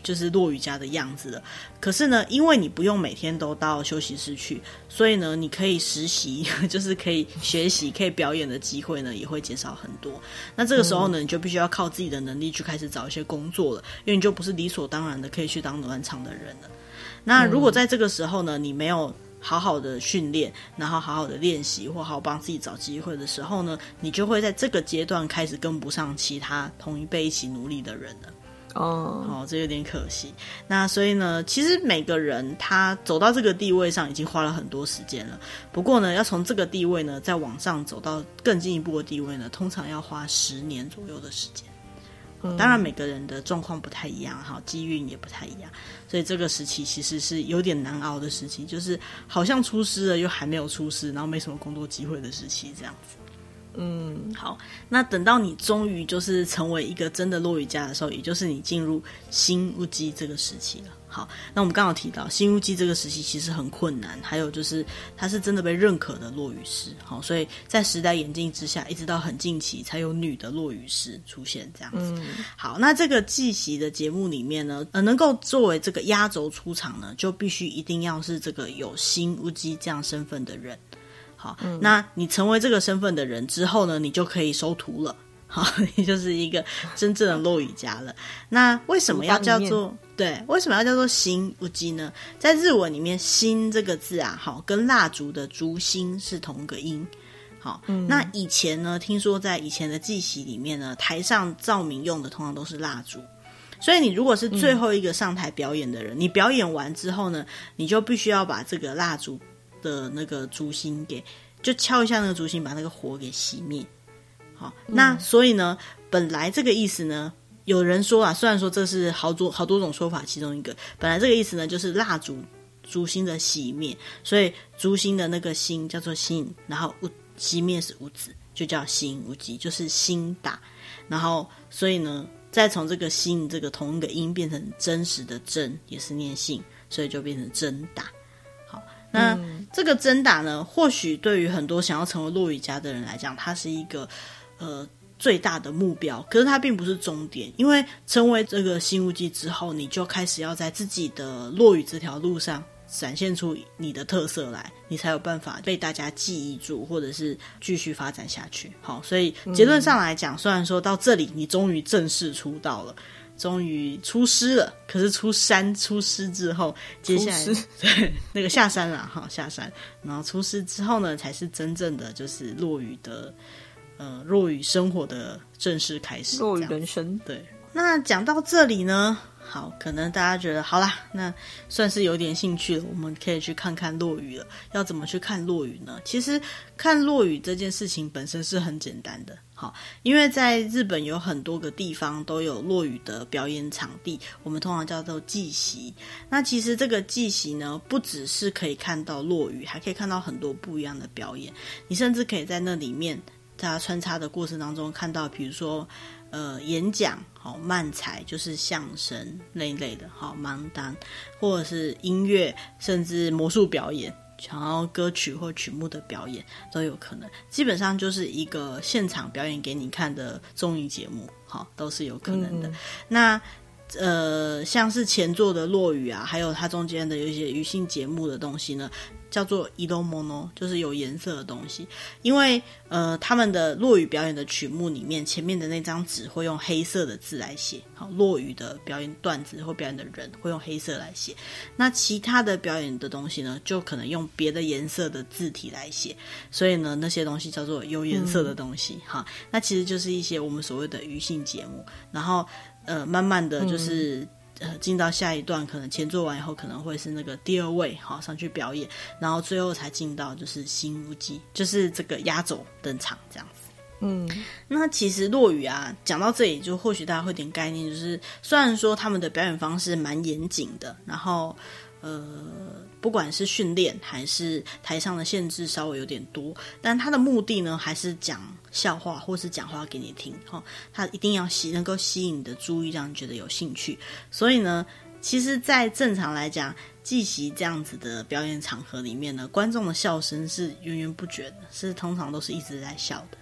[SPEAKER 1] 就是落语家的样子了。可是呢，因为你不用每天都到休息室去，所以呢，你可以实习，就是可以学习、可以表演的机会呢，也会减少很多。那这个时候呢，你就必须要靠自己的能力去开始找一些工作了，因为你就不是理所当然的可以去当暖场的人了。那如果在这个时候呢，你没有好好的训练，然后好好的练习，或好好帮自己找机会的时候呢，你就会在这个阶段开始跟不上其他同一辈一起努力的人了。
[SPEAKER 2] 哦，
[SPEAKER 1] 哦，这有点可惜。那所以呢，其实每个人他走到这个地位上已经花了很多时间了。不过呢，要从这个地位呢，再往上走到更进一步的地位呢，通常要花十年左右的时间。嗯、当然，每个人的状况不太一样，哈，机运也不太一样，所以这个时期其实是有点难熬的时期，就是好像出师了又还没有出师，然后没什么工作机会的时期，这样子。嗯，好，那等到你终于就是成为一个真的落语家的时候，也就是你进入新乌鸡这个时期了。好，那我们刚刚提到新乌鸡这个时期其实很困难，还有就是它是真的被认可的落语师。好，所以在时代演进之下，一直到很近期才有女的落语师出现这样子。嗯、好，那这个祭席的节目里面呢，呃，能够作为这个压轴出场呢，就必须一定要是这个有新乌鸡这样身份的人。好，嗯、那你成为这个身份的人之后呢，你就可以收徒了。好，你就是一个真正的落语家了。那为什么要叫做对？为什么要叫做新乌鸡呢？在日文里面，新这个字啊，好，跟蜡烛的烛心是同个音。好，嗯、那以前呢，听说在以前的祭席里面呢，台上照明用的通常都是蜡烛。所以你如果是最后一个上台表演的人，嗯、你表演完之后呢，你就必须要把这个蜡烛的那个烛心给就敲一下那个烛心，把那个火给熄灭。好，那所以呢，本来这个意思呢，有人说啊，虽然说这是好多好多种说法，其中一个本来这个意思呢，就是蜡烛烛心的熄灭，所以烛心的那个心叫做心，然后熄灭是无子，就叫新无极，就是心打。然后所以呢，再从这个心这个同一个音变成真实的真，也是念性，所以就变成真打。那、嗯、这个真打呢，或许对于很多想要成为落语家的人来讲，它是一个呃最大的目标，可是它并不是终点，因为成为这个新乌鸡之后，你就开始要在自己的落语这条路上展现出你的特色来，你才有办法被大家记忆住，或者是继续发展下去。好，所以结论上来讲、嗯、虽然说到这里你终于正式出道了，终于出师了，可是出山出师之后，接下来对那个下山了哈，下山，然后出师之后呢，才是真正的就是落语的呃落语生活的正式开始，
[SPEAKER 2] 落语人生。
[SPEAKER 1] 对，那讲到这里呢，好，可能大家觉得好啦，那算是有点兴趣了，我们可以去看看落语了。要怎么去看落语呢？其实看落语这件事情本身是很简单的。好，因为在日本有很多个地方都有落语的表演场地，我们通常叫做祭席。那其实这个祭席呢，不只是可以看到落语，还可以看到很多不一样的表演。你甚至可以在那里面，在它穿插的过程当中看到，比如说呃演讲，好漫才，就是相声那一类的，好盲单，或者是音乐，甚至魔术表演。然后歌曲或曲目的表演都有可能，基本上就是一个现场表演给你看的综艺节目，好，都是有可能的。嗯、那呃，像是前作的落语啊，还有它中间的有一些娱性节目的东西呢，叫做色物，就是有颜色的东西。因为呃，他们的落语表演的曲目里面，前面的那张纸会用黑色的字来写，好，落语的表演段子或表演的人会用黑色来写。那其他的表演的东西呢，就可能用别的颜色的字体来写。所以呢，那些东西叫做有颜色的东西，哈、嗯，那其实就是一些我们所谓的娱性节目，然后。呃，慢慢的就是、嗯、呃，进到下一段，可能前做完以后，可能会是那个第二位好上去表演，然后最后才进到就是新乌鸡，就是这个压轴登场这样子。嗯，那其实落语啊，讲到这里，就或许大家会有点概念，就是虽然说他们的表演方式蛮严谨的，然后呃，不管是训练还是台上的限制稍微有点多，但他的目的呢，还是讲笑话或是讲话给你听，齁，他一定要吸能够吸引你的注意，让你觉得有兴趣。所以呢，其实在正常来讲，祭席这样子的表演场合里面呢，观众的笑声是源源不绝的，是通常都是一直在笑的。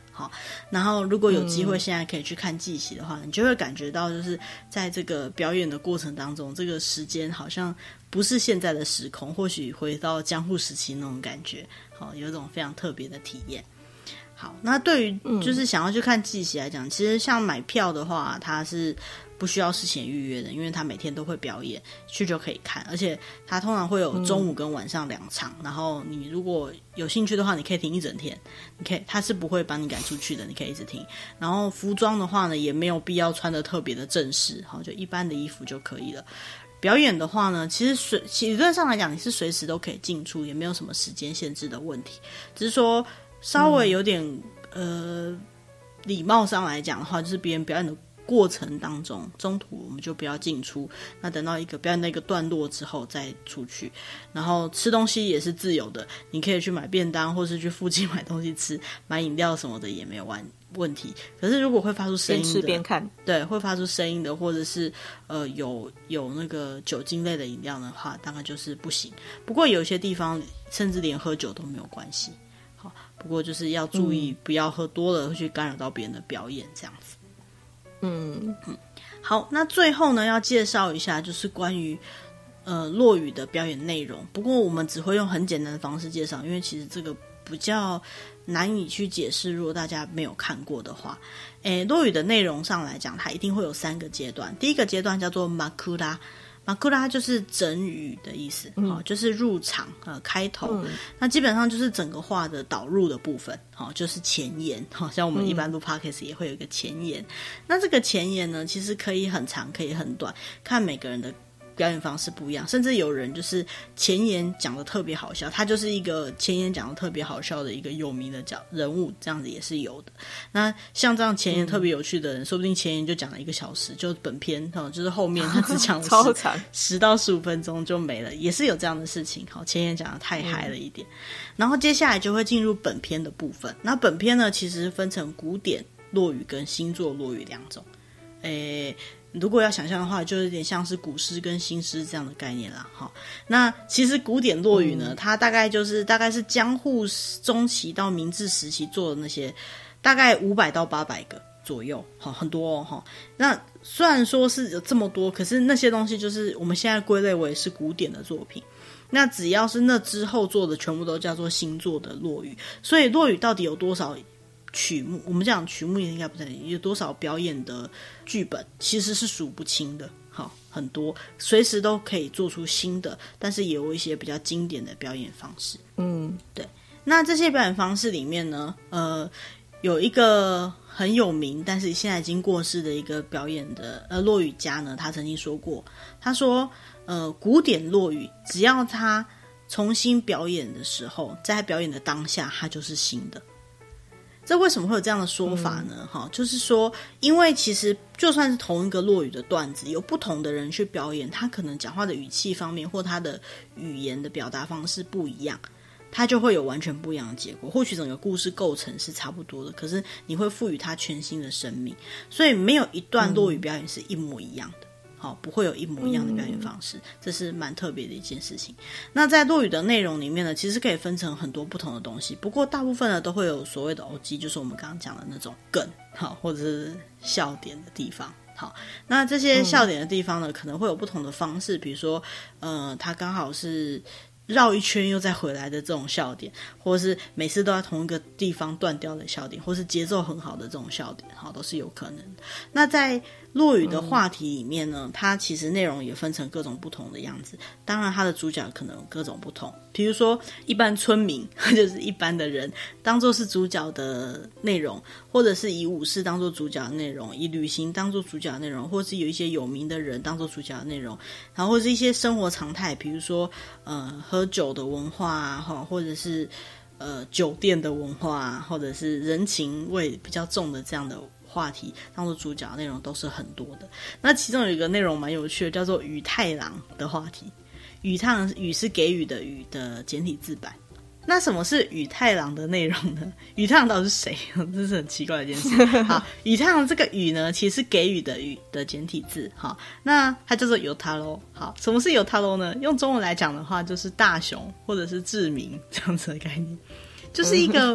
[SPEAKER 1] 好，然后如果有机会现在可以去看祭席的话、嗯、你就会感觉到就是在这个表演的过程当中，这个时间好像不是现在的时空，或许回到江户时期那种感觉，好，有一种非常特别的体验。好，那对于就是想要去看祭席来讲、嗯、其实像买票的话它是不需要事前预约的，因为它每天都会表演，去就可以看，而且它通常会有中午跟晚上两场、嗯、然后你如果有兴趣的话你可以听一整天，你可以，它是不会把你赶出去的，你可以一直听。然后服装的话呢也没有必要穿得特别的正式，好，就一般的衣服就可以了。表演的话呢其实随理论上来讲你是随时都可以进出，也没有什么时间限制的问题，只是说稍微有点、嗯、呃礼貌上来讲的话，就是别人表演的过程当中中途我们就不要进出，那等到一个表演的一个段落之后再出去。然后吃东西也是自由的，你可以去买便当或是去附近买东西吃，买饮料什么的也没有问题。可是如果会发出声音的，
[SPEAKER 2] 边吃边看，
[SPEAKER 1] 对，会发出声音的或者是呃有有那个酒精类的饮料的话大概就是不行。不过有些地方甚至连喝酒都没有关系，好，不过就是要注意不要喝多了会去干扰到别人的表演这样子。嗯嗯，好，那最后呢要介绍一下就是关于呃落语的表演内容，不过我们只会用很简单的方式介绍，因为其实这个比较难以去解释，如果大家没有看过的话。诶，落语的内容上来讲它一定会有三个阶段，第一个阶段叫做马库拉，马库拉就是整语的意思、嗯哦、就是入场呃开头、嗯、那基本上就是整个话的导入的部分、哦、就是前言、哦、像我们一般录 podcast 也会有一个前言、嗯、那这个前言呢其实可以很长可以很短，看每个人的表演方式不一样，甚至有人就是前言讲的特别好笑，他就是一个前言讲的特别好笑的一个有名的角人物，这样子也是有的。那像这样前言特别有趣的人、嗯、说不定前言就讲了一个小时，就本篇、哦、就是后面他只讲了
[SPEAKER 2] 超长
[SPEAKER 1] 十到十五分钟就没了，也是有这样的事情。好，前言讲的太嗨了一点、嗯、然后接下来就会进入本篇的部分。那本篇呢其实分成古典落语跟新作落语两种。诶如果要想象的话就有点像是古诗跟新诗这样的概念啦。好，那其实古典落语呢、嗯、它大概就是大概是江户中期到明治时期做的那些大概五百到八百个左右，好，很多哦。那虽然说是有这么多，可是那些东西就是我们现在归类为是古典的作品，那只要是那之后做的全部都叫做新作的落语。所以落语到底有多少曲目，我们讲曲目也应该不太有多少表演的剧本，其实是数不清的。好，很多随时都可以做出新的，但是也有一些比较经典的表演方式。嗯，对。那这些表演方式里面呢，呃，有一个很有名但是现在已经过世的一个表演的呃落语家呢，他曾经说过，他说呃古典落语只要他重新表演的时候，在表演的当下它就是新的。这为什么会有这样的说法呢、嗯、就是说因为其实就算是同一个落语的段子，有不同的人去表演，他可能讲话的语气方面或他的语言的表达方式不一样，它就会有完全不一样的结果。或许整个故事构成是差不多的，可是你会赋予它全新的生命，所以没有一段落语表演是一模一样的、嗯好，不会有一模一样的表演方式、嗯、这是蛮特别的一件事情。那在落语的内容里面呢，其实可以分成很多不同的东西，不过大部分呢都会有所谓的 O G， 就是我们刚刚讲的那种梗，好，或者是笑点的地方。好，那这些笑点的地方呢、嗯、可能会有不同的方式，比如说呃，它刚好是绕一圈又再回来的这种笑点，或是每次都在同一个地方断掉的笑点，或是节奏很好的这种笑点，好，都是有可能的。那在落语的话题里面呢、嗯、它其实内容也分成各种不同的样子，当然它的主角可能各种不同，比如说一般村民就是一般的人当作是主角的内容，或者是以武士当作主角的内容，以旅行当作主角的内容，或是有一些有名的人当作主角的内容，然后或是一些生活常态，比如说呃喝酒的文化啊，或者是呃酒店的文化啊，或者是人情味比较重的这样的话题当做主角的内容都是很多的。那其中有一个内容蛮有趣的，叫做羽太郎的话题。羽太郎，羽是给予的羽的简体字版。那什么是羽太郎的内容呢？羽太郎到底是谁？这是很奇怪的一件事。好，羽太郎这个羽呢，其实是给予的予的简体字。好，那它叫做有他喽。好，什么是有他喽呢？用中文来讲的话，就是大雄或者是志明这样子的概念。就是一个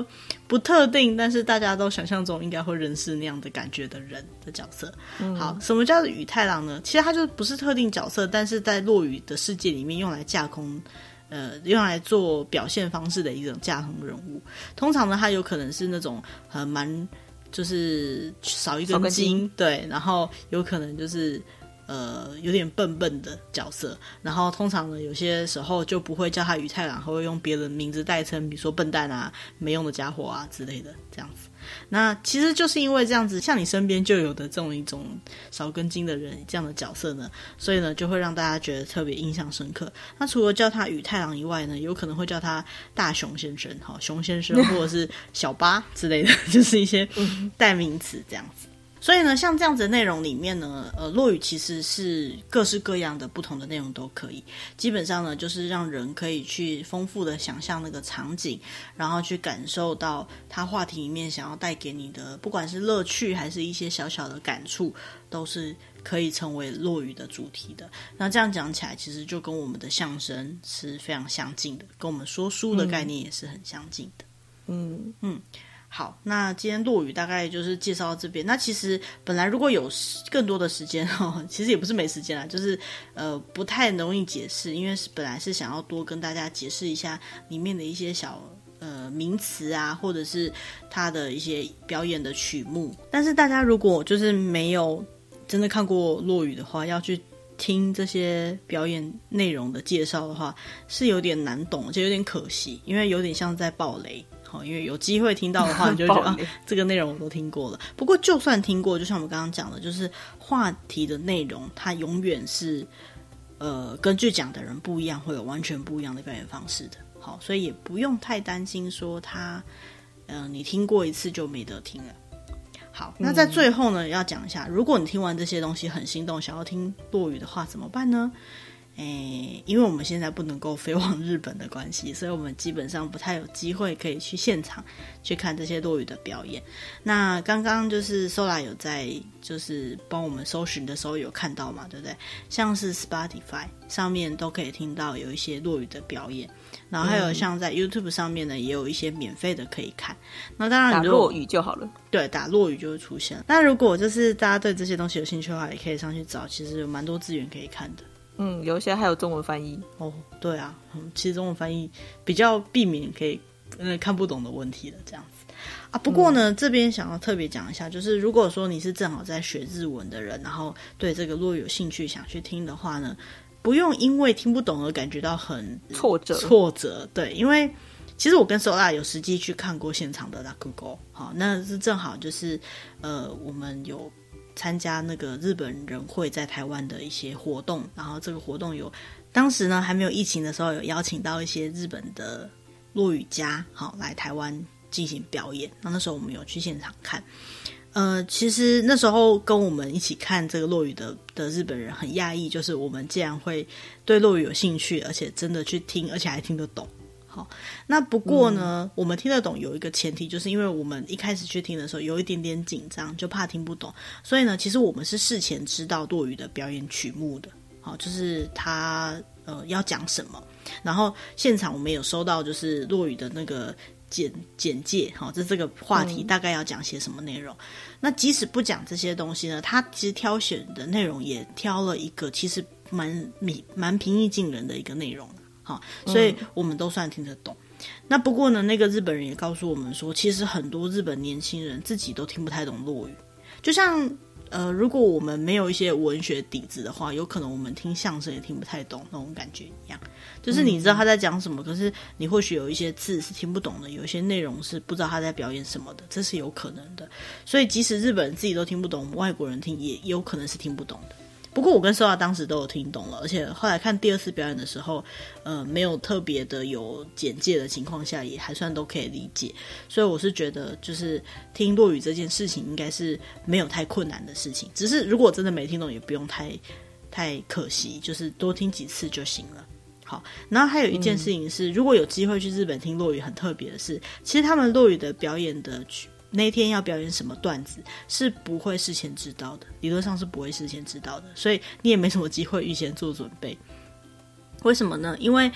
[SPEAKER 1] 不特定，但是大家都想象中应该会认识那样的感觉的人的角色。嗯、好，什么叫做羽太郎呢？其实他就不是特定角色，但是在落羽的世界里面用来架空，呃，用来做表现方式的一种架空人物。通常呢，他有可能是那种很蛮，就是少一根筋，对，然后有可能就是。呃，有点笨笨的角色，然后通常呢，有些时候就不会叫他羽太郎，还会用别的名字代称，比如说笨蛋啊、没用的家伙啊之类的，这样子。那其实就是因为这样子，像你身边就有的这种一种少根筋的人这样的角色呢，所以呢就会让大家觉得特别印象深刻。那除了叫他羽太郎以外呢，有可能会叫他大熊先生、哈熊先生或者是小八之类的，就是一些代名词这样子。所以呢，像这样子的内容里面呢，呃，落羽其实是各式各样的不同的内容都可以。基本上呢，就是让人可以去丰富的想象那个场景，然后去感受到他话题里面想要带给你的，不管是乐趣还是一些小小的感触，都是可以成为落羽的主题的。那这样讲起来，其实就跟我们的相声是非常相近的，跟我们说书的概念也是很相近的。嗯嗯。好，那今天落羽大概就是介绍到这边。那其实本来如果有更多的时间哦，其实也不是没时间啦，就是呃不太容易解释，因为是本来是想要多跟大家解释一下里面的一些小呃名词啊，或者是它的一些表演的曲目。但是大家如果就是没有真的看过落羽的话，要去听这些表演内容的介绍的话，是有点难懂，而且有点可惜，因为有点像在爆雷。因为有机会听到的话，你就会觉得啊，这个内容我都听过了。不过就算听过，就像我们刚刚讲的，就是话题的内容，它永远是呃根据讲的人不一样，会有完全不一样的表演方式的。好，所以也不用太担心说它，呃，你听过一次就没得听了。好，那在最后呢，要讲一下，如果你听完这些东西很心动，想要听落羽的话，怎么办呢？诶，因为我们现在不能够飞往日本的关系，所以我们基本上不太有机会可以去现场去看这些落羽的表演。那刚刚就是 Sola 有在就是帮我们搜寻的时候有看到嘛，对不对？像是 Spotify 上面都可以听到有一些落羽的表演，然后还有像在 YouTube 上面呢也有一些免费的可以看。那当然
[SPEAKER 2] 打落羽就好了，
[SPEAKER 1] 对，打落羽就会出现。那如果就是大家对这些东西有兴趣的话，也可以上去找，其实有蛮多资源可以看的。
[SPEAKER 2] 嗯，有一些还有中文翻译
[SPEAKER 1] 哦，对啊，嗯，其实中文翻译比较避免可以呃看不懂的问题的这样子啊。不过呢，嗯、这边想要特别讲一下，就是如果说你是正好在学日文的人，然后对这个落羽有兴趣想去听的话呢，不用因为听不懂而感觉到很
[SPEAKER 2] 挫折
[SPEAKER 1] 挫折。对，因为其实我跟Sola有实际去看过现场的Rakugo，好，那是正好就是呃我们有。参加那个日本人会在台湾的一些活动，然后这个活动有当时呢还没有疫情的时候，有邀请到一些日本的落羽家好来台湾进行表演。那那时候我们有去现场看，呃，其实那时候跟我们一起看这个落羽的的日本人很讶异，就是我们竟然会对落羽有兴趣，而且真的去听，而且还听得懂。好，那不过呢、嗯、我们听得懂有一个前提，就是因为我们一开始去听的时候有一点点紧张，就怕听不懂，所以呢其实我们是事前知道落羽的表演曲目的，好，就是他呃要讲什么，然后现场我们有收到就是落羽的那个简简介，好，这这个话题大概要讲些什么内容、嗯、那即使不讲这些东西呢，他其实挑选的内容也挑了一个其实蛮蛮平易近人的一个内容，好，所以我们都算听得懂、嗯、那不过呢那个日本人也告诉我们说，其实很多日本年轻人自己都听不太懂落羽，就像呃，如果我们没有一些文学底子的话，有可能我们听相声也听不太懂那种感觉一样，就是你知道他在讲什么、嗯、可是你或许有一些字是听不懂的，有一些内容是不知道他在表演什么的，这是有可能的。所以即使日本人自己都听不懂，我们外国人听也有可能是听不懂的。不过我跟Sola当时都有听懂了，而且后来看第二次表演的时候，呃，没有特别的有简介的情况下，也还算都可以理解。所以我是觉得，就是听落羽这件事情应该是没有太困难的事情，只是如果真的没听懂，也不用太太可惜，就是多听几次就行了。好，然后还有一件事情是，嗯、如果有机会去日本听落羽，很特别的是，其实他们落羽的表演的曲。那天要表演什么段子是不会事先知道的，理论上是不会事先知道的，所以你也没什么机会预先做准备。为什么呢？因为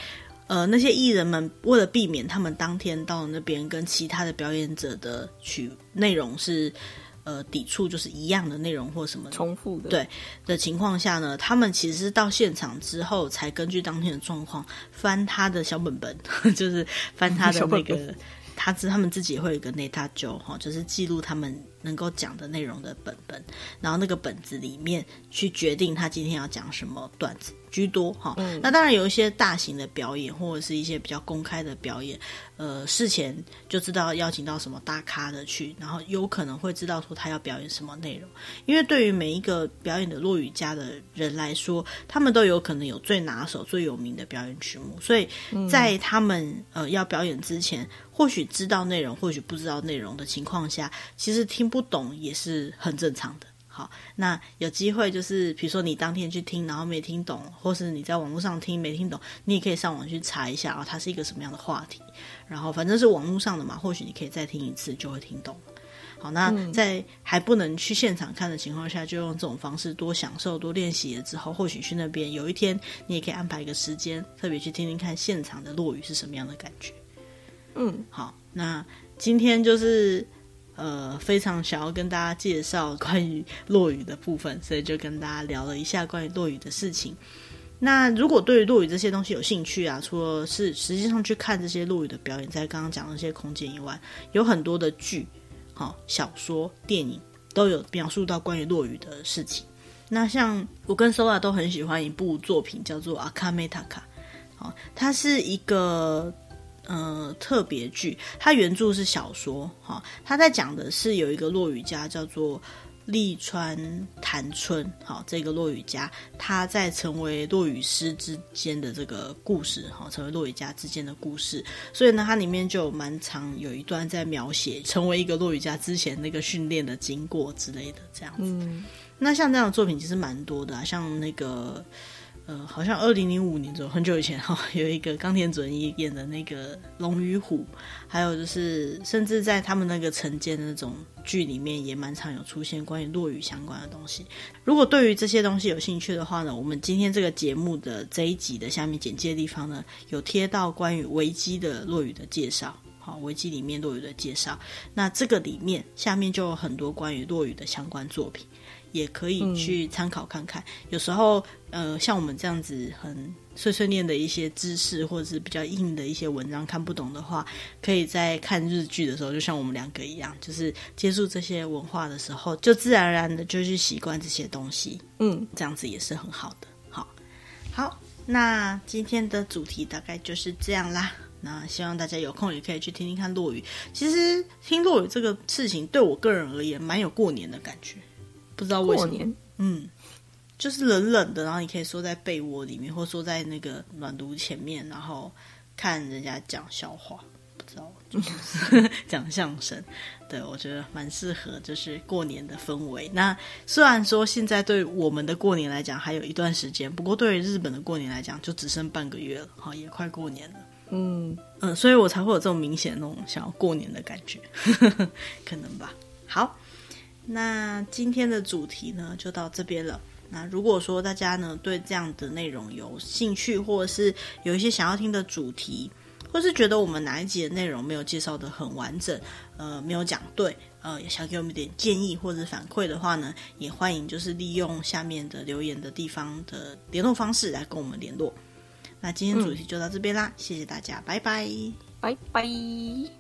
[SPEAKER 1] 呃，那些艺人们为了避免他们当天到那边跟其他的表演者的曲内容是呃抵触，就是一样的内容或什么的
[SPEAKER 2] 重复的，
[SPEAKER 1] 对的情况下呢，他们其实是到现场之后才根据当天的状况翻他的小本本，就是翻他的那个。他他们自己也会有一个 netajo 哈，就是记录他们能够讲的内容的本本，然后那个本子里面去决定他今天要讲什么段子居多哈、嗯。那当然有一些大型的表演或者是一些比较公开的表演，呃，事前就知道邀请到什么大咖的去，然后有可能会知道说他要表演什么内容，因为对于每一个表演的落语家的人来说，他们都有可能有最拿手最有名的表演曲目，所以在他们呃要表演之前，或许知道内容或许不知道内容的情况下，其实听不懂也是很正常的。好，那有机会就是比如说你当天去听然后没听懂，或是你在网络上听没听懂，你也可以上网去查一下啊、哦，它是一个什么样的话题，然后反正是网络上的嘛，或许你可以再听一次就会听懂。好，那在还不能去现场看的情况下，就用这种方式多享受多练习了之后，或许去那边有一天你也可以安排一个时间特别去听听看现场的落语是什么样的感觉。
[SPEAKER 2] 嗯，
[SPEAKER 1] 好，那今天就是呃非常想要跟大家介绍关于落语的部分，所以就跟大家聊了一下关于落语的事情。那如果对于落语这些东西有兴趣啊，除了是实际上去看这些落语的表演，在刚刚讲的这些空间以外，有很多的剧、哦、小说、电影都有描述到关于落语的事情。那像我跟 Sola 都很喜欢一部作品叫做 Akame Taka、哦、它是一个呃，特别剧，它原著是小说，哈、哦，它在讲的是有一个落语家叫做立川潭春，好、哦，这个落语家他在成为落语师之间的这个故事，哈、哦，成为落语家之间的故事，所以呢，它里面就有蛮长有一段在描写成为一个落语家之前那个训练的经过之类的这样子。嗯，那像这样的作品其实蛮多的、啊，像那个。呃，好像二零零五年左右，很久以前哈、哦，有一个冈田准一演的那个《龙与虎》，还有就是甚至在他们那个晨间的那种剧里面，也蛮常有出现关于落语相关的东西。如果对于这些东西有兴趣的话呢，我们今天这个节目的这一集的下面简介的地方呢，有贴到关于维基的落语的介绍。好，维基里面落语的介绍，那这个里面下面就有很多关于落语的相关作品。也可以去参考看看、嗯、有时候呃，像我们这样子很碎碎念的一些知识或者是比较硬的一些文章看不懂的话，可以在看日剧的时候就像我们两个一样，就是接触这些文化的时候就自然而然的就去习惯这些东西，嗯，这样子也是很好的。好，好，那今天的主题大概就是这样啦，那希望大家有空也可以去听听看落语。其实听落语这个事情对我个人而言蛮有过年的感觉，不知道为什么，嗯，就是冷冷的，然后你可以缩在被窝里面，或缩在那个暖炉前面，然后看人家讲笑话，不知道就是讲相声。对，我觉得蛮适合，就是过年的氛围。那虽然说现在对我们的过年来讲还有一段时间，不过对于日本的过年来讲就只剩半个月了，好，也快过年了。嗯嗯，所以我才会有这种明显的那种想要过年的感觉，可能吧。好。那今天的主题呢就到这边了。那如果说大家呢对这样的内容有兴趣，或者是有一些想要听的主题，或是觉得我们哪一集的内容没有介绍的很完整，呃，没有讲对，呃，也想给我们一点建议或者反馈的话呢，也欢迎就是利用下面的留言的地方的联络方式来跟我们联络。那今天主题就到这边啦、嗯、谢谢大家，拜拜，
[SPEAKER 2] 拜拜。